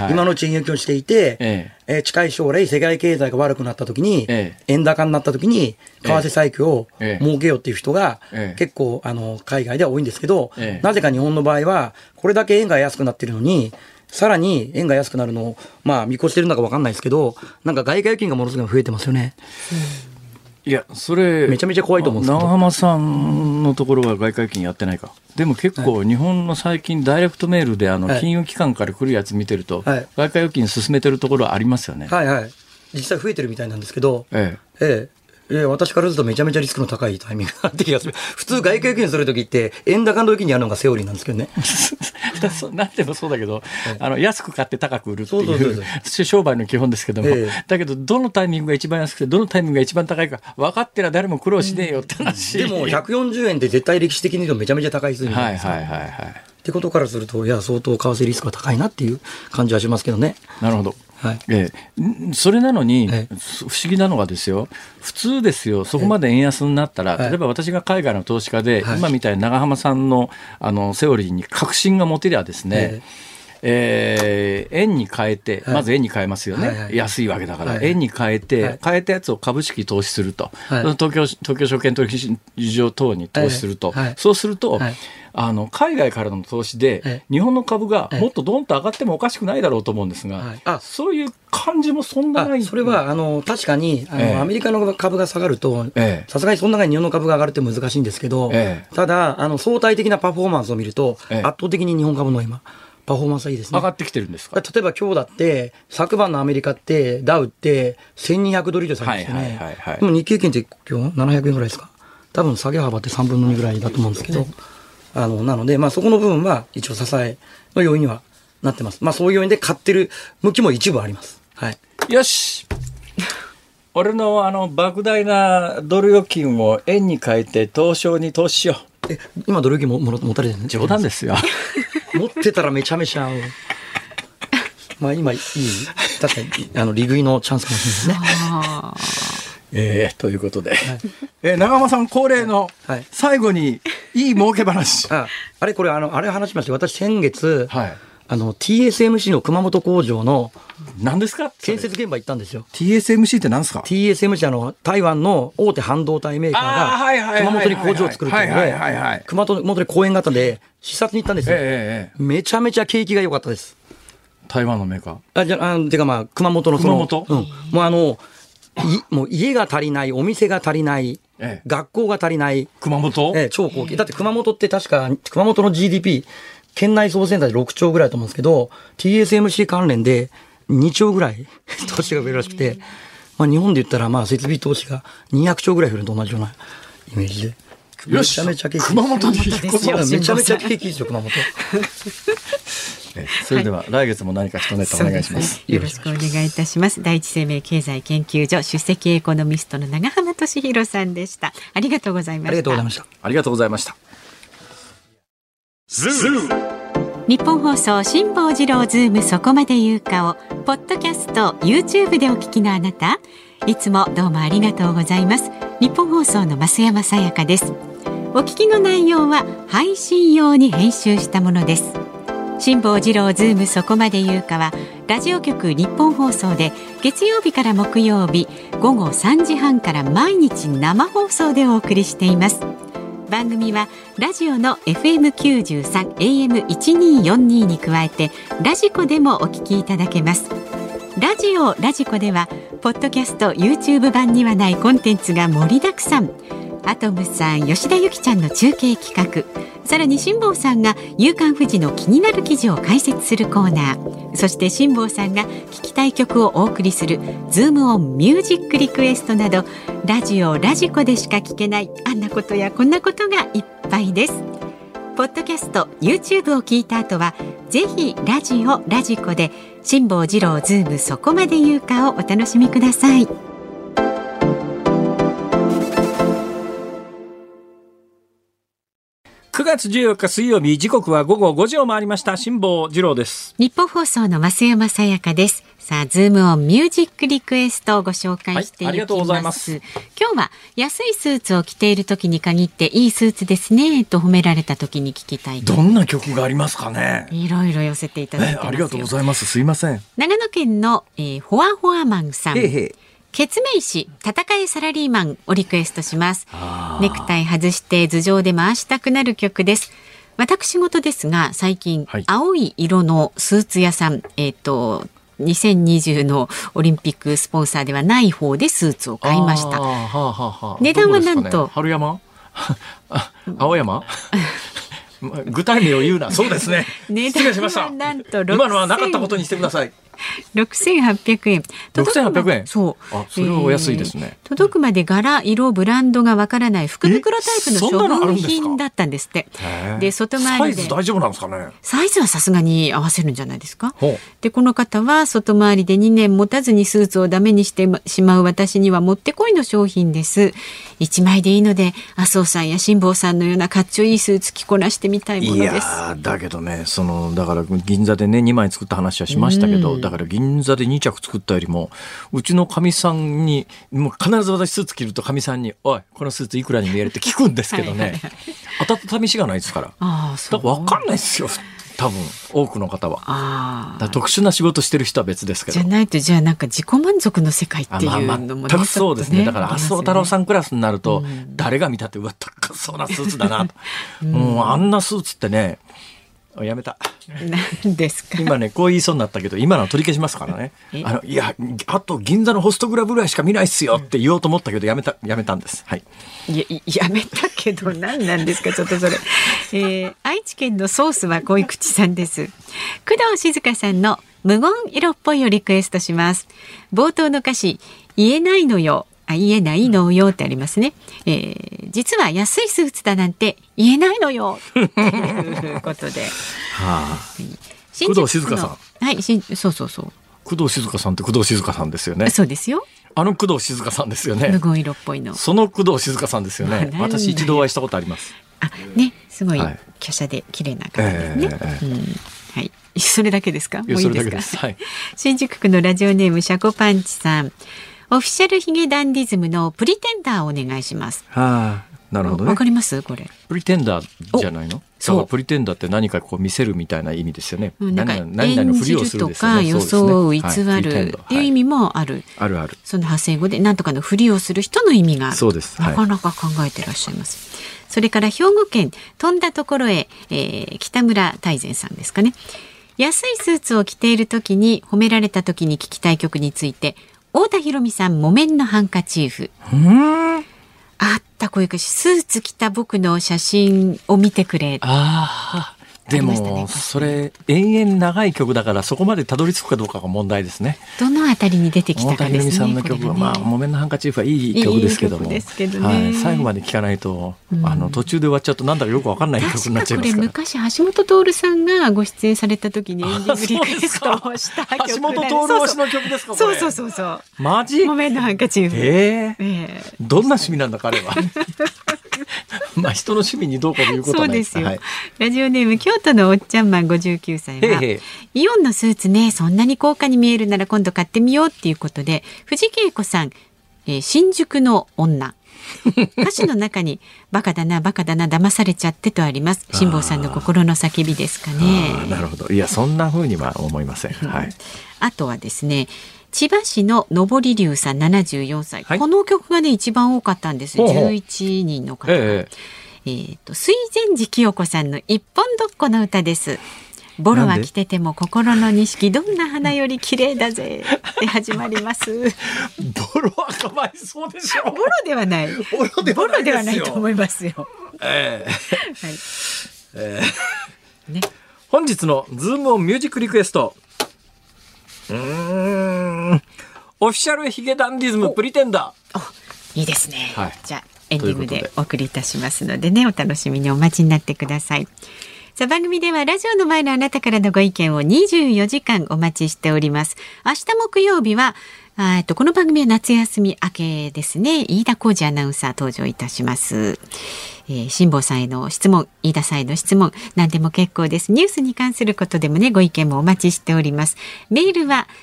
今のうち円預金をしていて、近い将来世界経済が悪くなった時に、円高になった時に為替債券を儲けようっていう人が結構海外では多いんですけど、なぜか日本の場合はこれだけ円が安くなってるのに、さらに円が安くなるのを見越してるのか分かんないですけど、なんか外貨預金がものすごい増えてますよね。 いや、それめちゃめちゃ怖いと思うんですけど。 長浜さんのところは外貨預金やってないか。でも結構日本の最近ダイレクトメールで金融機関から来るやつ見てると、外貨預金進めてるところはありますよね。実際増えてるみたいなんですけど、私からするとめちゃめちゃリスクの高いタイミングだって気がする。普通外貨預金するときって円高の時にやるのがセオリーなんですけどね。 何でもそうだけど、安く買って高く売るっていう商売の基本ですけども、だけどどのタイミングが一番安くてどのタイミングが一番高いか分かってら誰も苦労しねえよって話。 でも140円って絶対歴史的に言うとめちゃめちゃ高い数字なんですよ。ってことからすると、いや相当為替リスクが高いなっていう感じはしますけどね。 なるほど。それなのに、不思議なのがですよ、普通ですよ、そこまで円安になったら、例えば私が海外の投資家で、今みたいに長浜さんのセオリーに確信が持てりゃですね、円に変えて、まず円に変えますよね、安いわけだから、円に変えて、変えたやつを株式投資すると、東京証券取引所等に投資すると、そうすると、海外からの投資で日本の株がもっとドンと上がってもおかしくないだろうと思うんですが、そういう感じもそんなない。 それは確かにアメリカの株が下がると、さすがにそんなに日本の株が上がるって難しいんですけど、ただ相対的なパフォーマンスを見ると、圧倒的に日本株の今パフォーマンスはいいですね。 上がってきてるんですか？ 例えば今日だって昨晩のアメリカってダウって1200ドル以上下がるんですよね。でも日経平均って今日700円ぐらいですか。 多分下げ幅って3分の2ぐらいだと思うんですけど、なので、そこの部分は一応支えの要因にはなってます。そういう要因で買ってる向きも一部あります。はい。 よし。俺の莫大なドル預金を円に変えて東証に投資しよう。今ドル預金持たれてるね。 冗談ですよ。 持ってたらめちゃめちゃ今いい確かに利食いのチャンスかもしれないですね。 ということで、長濱さん恒例の最後にいい儲け話。 あれこれあれ話しました。私先月、TSMC の熊本工場の何ですか建設現場行ったんですよ。 TSMC って何ですか？ TSMC 台湾の大手半導体メーカーが熊本に工場を作るというので熊本に公演があったんで視察に行ったんですよ。めちゃめちゃ景気が良かったです。 台湾のメーカーてか熊本の熊本、 もう家が足りない、お店が足りない、学校が足りない。 熊本、 超高級。だって熊本って確か熊本の GDP 県内総生産で6兆ぐらいだと思うんですけど TSMC 関連で2兆ぐらい投資が増えるらしくて、日本で言ったら設備投資が200兆ぐらい増えると同じようなイメージで。 よし、めちゃめちゃ熊本に引っ越そう。 めちゃめちゃ景気ですよ熊本。 それでは来月も何か一ネタお願いします。 よろしくお願いいたします。第一生命経済研究所首席エコノミストの長濱俊弘さんでした。ありがとうございました。 ありがとうございました。 ありがとうございました。 日本放送辛坊治郎ズームそこまで言うかをポッドキャスト YouTube でお聞きのあなた、いつもどうもありがとうございます。日本放送の増山さやかです。お聞きの内容は配信用に編集したものです。辛坊治郎ズームそこまで言うかはラジオ局日本放送で月曜日から木曜日午後3時半から毎日生放送でお送りしています。番組はラジオの FM93 AM1242 に加えてラジコでもお聞きいただけます。ラジコではポッドキャスト YouTube 版にはないコンテンツが盛りだくさん。アトムさん、吉田ゆきちゃんの中継企画、さらに辛坊さんが夕刊フジの気になる記事を解説するコーナー、そして辛坊さんが聞きたい曲をお送りするズームオンミュージックリクエストなど、ラジコでしか聞けないあんなことやこんなことがいっぱいです。ポッドキャスト YouTube を聞いた後はぜひラジコで辛坊治郎ズームそこまで言うかをお楽しみください。 9月14日水曜日、時刻は午後5時を回りました。辛坊治郎です。 日本放送の増山さやかです。さあ、ズームオンミュージックリクエストをご紹介していきます。 ありがとうございます。 今日は安いスーツを着ている時に限っていいスーツですねと褒められた時に聞きたい。 どんな曲がありますかね。 いろいろ寄せていただいてますよ。 ありがとうございます。すいません。 長野県の、ホワホワマンさん。ケツメイシ戦いサラリーマンをリクエストします。ネクタイ外して頭上で回したくなる曲です。私事ですが最近、青い色のスーツ屋さん、2020のオリンピックスポンサーではない方でスーツを買いました。値段はなんと、 春山青山具体名を言うな。そうですね。失礼しました。 なんと今のはなかったことにしてください。 6800円。 6800円。 そう。 それはお安いですね。 届くまで柄、色、ブランドがわからない福袋タイプの処分品だったんですって。で、外回りで。 サイズ大丈夫なんですかね。 サイズはさすがに合わせるんじゃないですか。で、この方は外回りで2年持たずにスーツをダメにしてしまう私にはもってこいの商品です。1枚でいいので、麻生さんや辛坊さんのようなかっちょいいスーツ着こなしてみたいものです。いやだけどね、だから銀座でね2枚作った話はしましたけど、だから銀座で2着作ったよりもうちのかみさんにもう必ず私スーツ着るとかみさんにおいこのスーツいくらに見えるって聞くんですけどね当たった試しがないですから。だから分かんないですよ多分多くの方は。だ特殊な仕事してる人は別ですけど。 じゃないとじゃあなんか自己満足の世界っていうのもね。 全くそうですね。だから麻生太郎さんクラスになると誰が見たってうわ高そうなスーツだなともうあんなスーツってねやめた。 何ですか。 今ねこう言いそうになったけど今のは取り消しますからね。いやあと銀座のホストクラブぐらいしか見ないっすよって言おうと思ったけどやめたんです。はい。 やめたけど何なんですかちょっとそれ。愛知県のソースは恋口さんです。工藤静香さんの無言色っぽいをリクエストします。冒頭の歌詞言えないのよ言えないのよってありますね。実は安いスーツだなんて言えないのよということで。 はあ、工藤静香さん。 はい、そうそうそう。 工藤静香さんって工藤静香さんですよね。 そうですよ。 工藤静香さんですよね。 無言色っぽいの。 その工藤静香さんですよね。私一度お会いしたことあります。 ね、すごい華奢で綺麗な方ですね。はい、それだけですか。もういいですか。はい、新宿区のラジオネームシャコパンチさん。オフィシャルヒゲダンディズムのプリテンダーをお願いします。 はあ、なるほどね。 わかりますこれ。 プリテンダーじゃないの？そう。プリテンダーって何かこう見せるみたいな意味ですよね。何々のふりをするですよね。 演じるとか予想を偽るっていう意味もある。 あるある。 その派生語で何とかのふりをする人の意味がある。 そうです。 なかなか考えていらっしゃいます。それから兵庫県飛んだところへ、北村大善さんですかね。安いスーツを着ている時に褒められた時に聞きたい曲について。太田裕美さん木綿のハンカチーフ。あったこういう歌詞。スーツ着た僕の写真を見てくれ。 でもそれ延々長い曲だからそこまでたどり着くかどうかが問題ですね。 どのあたりに出てきたかですね。 太田裕美さんの曲は、木綿のハンカチーフはいい曲ですけども、最後まで聴かないと、途中で終わっちゃうとなんだかよく分かんない曲になっちゃいますから。これ昔橋本徹さんがご出演された時にエンディングリクエストをした曲で。 橋本徹推しの曲ですかこれ。 そうマジ？ 木綿のハンカチーフ。どんな趣味なんだ彼は。まあ人の趣味にどうこういうことはないです。 そうですよ。はい、ラジオネーム京都のおっちゃんマン59歳はイオンのスーツね、そんなに高価に見えるなら今度買ってみようっていうことで、藤恵子さん、新宿の女歌詞の中にバカだなバカだな騙されちゃってとあります。辛坊さんの心の叫びですかね。 なるほど。いやそんな風には思いません。はい、 あとはですね、千葉市の上り龍さん74歳、はい、この曲がね一番多かったんですよ。11人の方が、水前寺清子さんの一本どっこの歌です。ボロは着てても心の錦どんな花より綺麗だぜって始まります。 ボロはかわいそうでしょ。 ボロではない。ボロではないと思いますよ。 ね、本日のズームオンミュージックリクエスト。オフィシャルヒゲダンディズムプリテンダー。いいですね。はい、じゃあエンディングでお送りいたしますのでね、お楽しみにお待ちになってください。さあ番組ではラジオの前のあなたからのご意見を24時間お待ちしております。明日木曜日はこの番組は夏休み明けですね。飯田浩二アナウンサー登場いたします。辛坊さんへの質問、飯田さんへの質問、何でも結構です。ニュースに関することでもね、ご意見もお待ちしております。メールは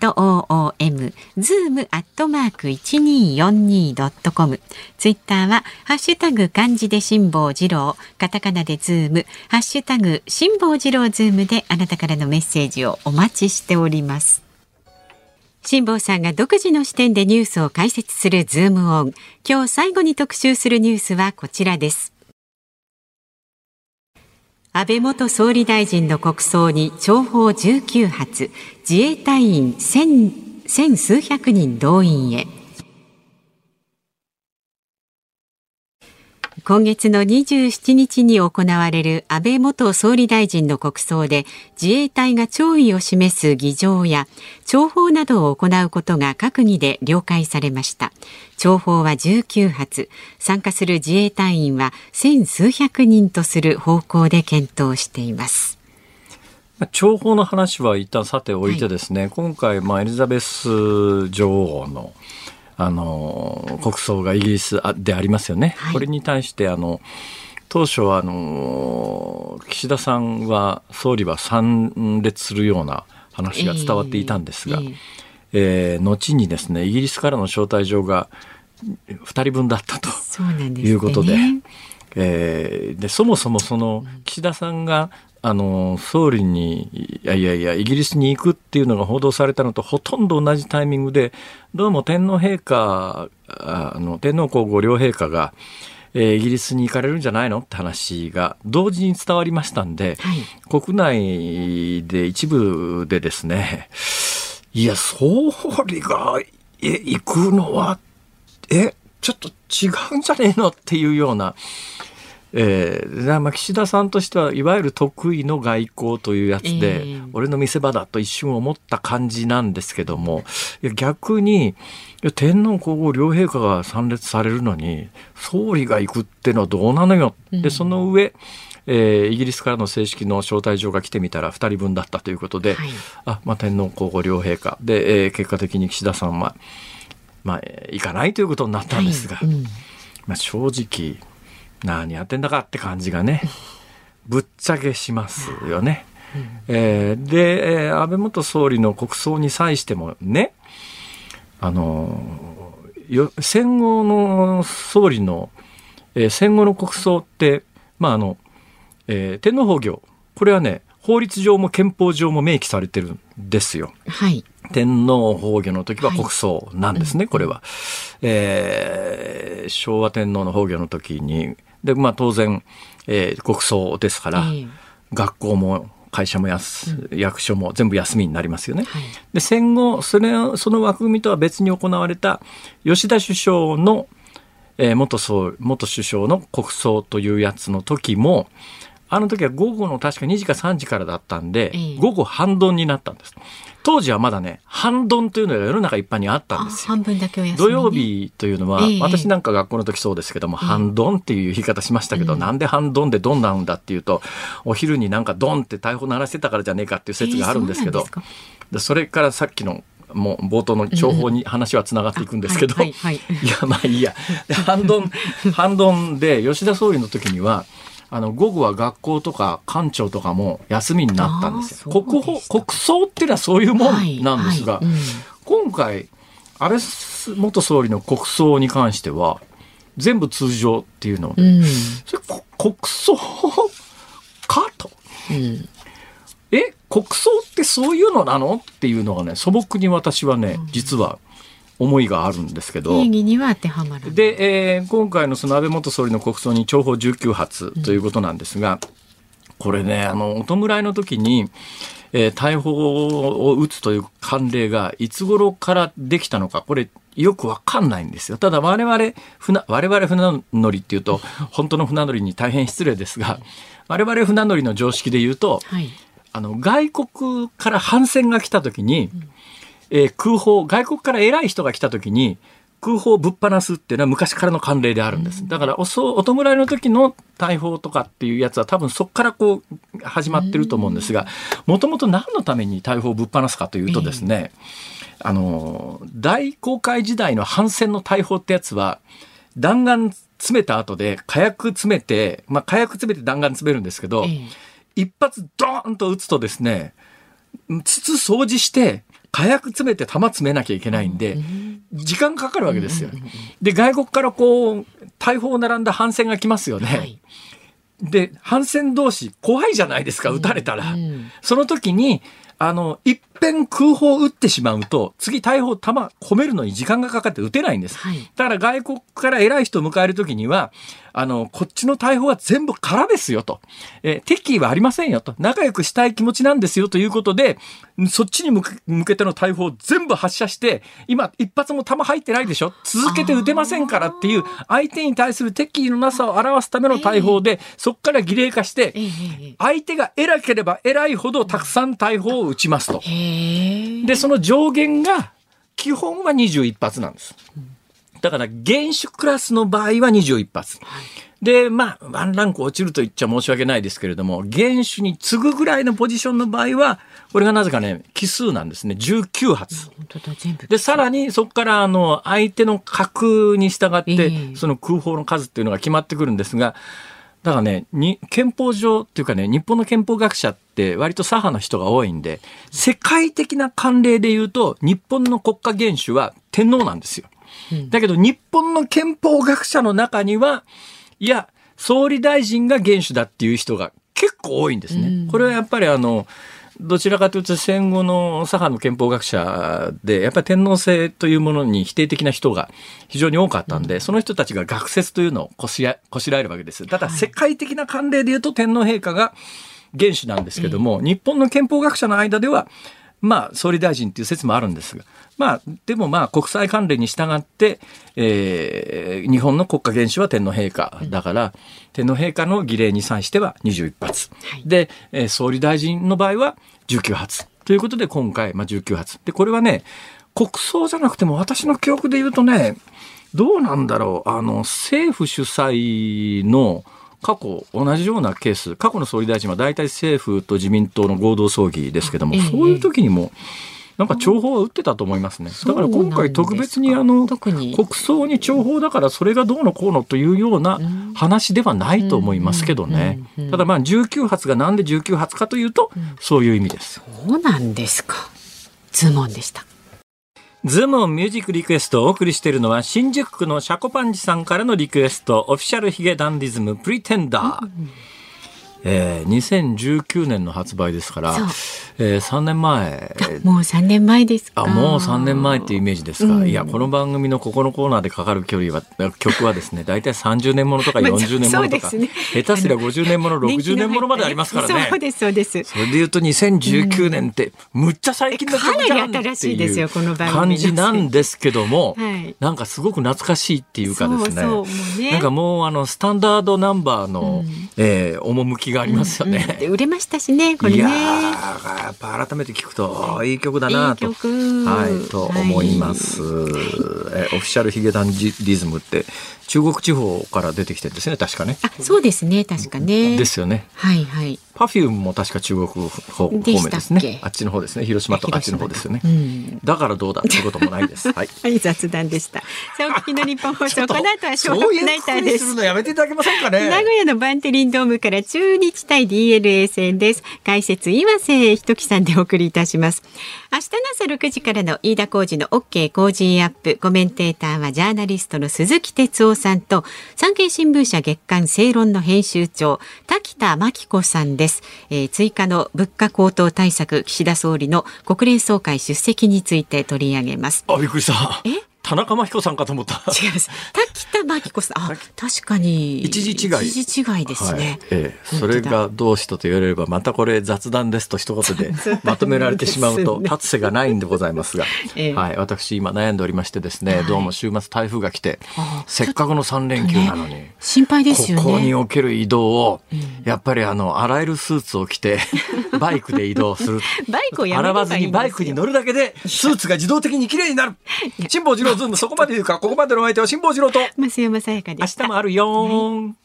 zoom@1242.com。ツイッターはハッシュタグ漢字で辛坊治郎、カタカナでズーム、ハッシュタグ辛坊治郎ズームであなたからのメッセージをお待ちしております。辛坊さんが独自の視点でニュースを解説するズームオン。今日最後に特集するニュースはこちらです。安倍元総理大臣の国葬に弔砲19発、自衛隊員千数百人動員へ。今月の27日に行われる安倍元総理大臣の国葬で自衛隊が弔意を示す儀仗や弔砲などを行うことが閣議で了解されました。弔砲は19発、参加する自衛隊員は千数百人とする方向で検討しています。 弔砲の話は一旦さておいてですね、はい、今回エリザベス女王の国葬がイギリスでありますよね。はい、これに対して当初は岸田さんは総理は参列するような話が伝わっていたんですが、後にですねイギリスからの招待状が2人分だったということで、でそもそもその岸田さんが総理にいやイギリスに行くっていうのが報道されたのとほとんど同じタイミングで、どうも天皇皇后ご両陛下が、イギリスに行かれるんじゃないのって話が同時に伝わりましたんで、はい、国内で一部でですね、いや総理が行くのはちょっと違うんじゃねえのっていうような岸田さんとしてはいわゆる得意の外交というやつで、俺の見せ場だと一瞬思った感じなんですけども、逆に天皇皇后両陛下が参列されるのに総理が行くってのはどうなのよ、でその上イギリスからの正式の招待状が来てみたら2人分だったということで、天皇皇后両陛下で、結果的に岸田さんは、行かないということになったんですが、正直何やってんだかって感じがねぶっちゃけしますよね。で、安倍元総理の国葬に際してもね、戦後の総理の、戦後の国葬って、天皇崩御、これはね法律上も憲法上も明記されてるんですよ。天皇崩御の時は国葬なんですね、これは。昭和天皇の崩御の時にで、当然、国葬ですから、学校も会社も役所も全部休みになりますよね。で戦後その枠組みとは別に行われた吉田首相の、元首相の国葬というやつの時も、あの時は午後の確か2時か3時からだったんで、午後半ドンになったんです。当時はまだね半ドンというのが世の中一般にあったんですよ。 半分だけお休み、 土曜日というのは、私なんか学校の時そうですけども、半ドンっていう言い方しましたけど、なんで半ドンでドンなんだっていうと、お昼になんかドンって大砲鳴らしてたからじゃねえかっていう説があるんですけど、それからさっきのもう冒頭の情報に話はつながっていくんですけど、いいやで半ドンで吉田総理の時には午後は学校とか官庁とかも休みになったんですよ。国葬っていうのはそういうもんなんですが、今回安倍元総理の国葬に関しては全部通常っていうので、それ国葬かと、国葬ってそういうのなのっていうのがね、素朴に私はね実は思いがあるんですけど、 定義には当てはまらない。 で、今回のその安倍元総理の国葬に弔砲19発ということなんですが、これねお弔いの時に、大砲を撃つという慣例がいつ頃からできたのか、これよくわかんないんですよ。ただ我々船乗りっていうと本当の船乗りに大変失礼ですが、我々船乗りの常識で言うと、外国から帆船が来た時に、外国から偉い人が来た時に空砲をぶっ放すっていうのは昔からの慣例であるんです。だからお弔いの時の大砲とかっていうやつは多分そこからこう始まってると思うんですが、もともと何のために大砲をぶっ放すかというとですね、大航海時代の帆船の大砲ってやつは弾丸詰めた後で火薬詰めて弾丸詰めるんですけど、一発ドーンと撃つとですね、筒掃除して火薬詰めて弾詰めなきゃいけないんで時間かかるわけですよ。で外国からこう大砲を並んだ帆船が来ますよね。で帆船同士怖いじゃないですか、撃たれたら。その時にいっぺん空砲を撃ってしまうと次大砲弾込めるのに時間がかかって撃てないんです。だから外国から偉い人を迎える時にはこっちの大砲は全部空ですよと、敵意はありませんよと、仲良くしたい気持ちなんですよということで、そっちに向けての大砲を全部発射して、今一発も弾入ってないでしょ、続けて撃てませんからっていう相手に対する敵意のなさを表すための大砲で、そこから儀礼化して相手が偉ければ偉いほどたくさん大砲を撃ちますと。でその上限が基本は21発なんです。だから元首クラスの場合は21発。で、ワンランク落ちると言っちゃ申し訳ないですけれども、元首に次ぐぐらいのポジションの場合は、これがなぜかね、奇数なんですね。19発。で、さらにそこから相手の格に従って、その空砲の数っていうのが決まってくるんですが、だからね、憲法上っていうかね、日本の憲法学者って割と左派の人が多いんで、世界的な慣例で言うと、日本の国家元首は天皇なんですよ。だけど日本の憲法学者の中には、いや総理大臣が元首だっていう人が結構多いんですね。これはやっぱりどちらかというと戦後の左派の憲法学者でやっぱり天皇制というものに否定的な人が非常に多かったんで、その人たちが学説というのをこしらえるわけです。ただ世界的な慣例でいうと天皇陛下が元首なんですけども、日本の憲法学者の間ではまあ、総理大臣という説もあるんですが、まあ、でもまあ、国際関連に従って、日本の国家元首は天皇陛下だから、天皇陛下の儀礼に際しては21発。で、総理大臣の場合は19発。ということで、今回、19発。で、これはね、国葬じゃなくても、私の記憶で言うとね、どうなんだろう、政府主催の過去同じようなケース、過去の総理大臣は大体政府と自民党の合同葬儀ですけども、そういう時にもなんか弔砲は打ってたと思いますね。だから今回特別に国葬に弔砲だからそれがどうのこうのというような話ではないと思いますけどね。ただ19発がなんで19発かというと、そういう意味です。 そうなんですか。ズモンでした。 ズームオンミュージックリクエストをお送りしているのは新宿区のシャコパンジさんからのリクエスト、オフィシャルヒゲダンディズムプリテンダー。2019年の発売ですから、3年前。 もう3年前ですか。 もう3年前っていうイメージですか。いや、この番組のここのコーナーでかかる曲はですね、大体30年ものとか40年ものとか、下手すりゃ50年もの、60年ものまでありますからね。 そうです、そうです。 それで言うと2019年って、むっちゃ最近の曲じゃんっていう感じなんですけども、なんかすごく懐かしいっていうかですね、なんかもうスタンダードナンバーの趣がありますよね。 売れましたしね、これね。 いややっぱ改めて聞くといい曲だなと、と思います。オフィシャルヒゲダンディズムって中国地方から出てきてるんですね、確かね。 そうですね、確かね。 ですよね。 はいはい。 パフュームも確か中国方面ですね。あっちの方ですね。広島とかあっちの方ですよね。だからどうだっていうこともないです。はい。 雑談でした。さあ、お聞きの日本放送、この後はショーアップナイターです。 そういうふうにするのやめていただけませんかね。 名古屋のバンテリンドームから中日対 DNA 戦です。解説岩瀬仁樹さんでお送りいたします。明日の朝6時からの飯田浩司の OK 工事アップ、コメンテーターはジャーナリストの鈴木哲夫さんと産経新聞社月刊正論の編集長滝田真紀子さんです。追加の物価高騰対策、岸田総理の国連総会出席について取り上げます。 びっくりした。田中真紀子さんかと思った。 違います。滝田真紀子さん。確かに一時違いですね。 それがどうしたと言われればまたこれ雑談ですと一言でまとめられてしまうと立つ瀬がないんでございますが、私今悩んでおりましてですね、どうも週末台風が来て、せっかくの3連休なのに、 心配ですよね。 ここにおける移動を、やっぱりあらゆるスーツを着てバイクで移動する。 バイクをやめればいいんですよ。 洗わずにバイクに乗るだけでスーツが自動的に綺麗になる。辛坊治郎ズーム、そこまで言うか。ここまでのお相手は辛坊治郎と増山さやかでした。 明日もあるよーん。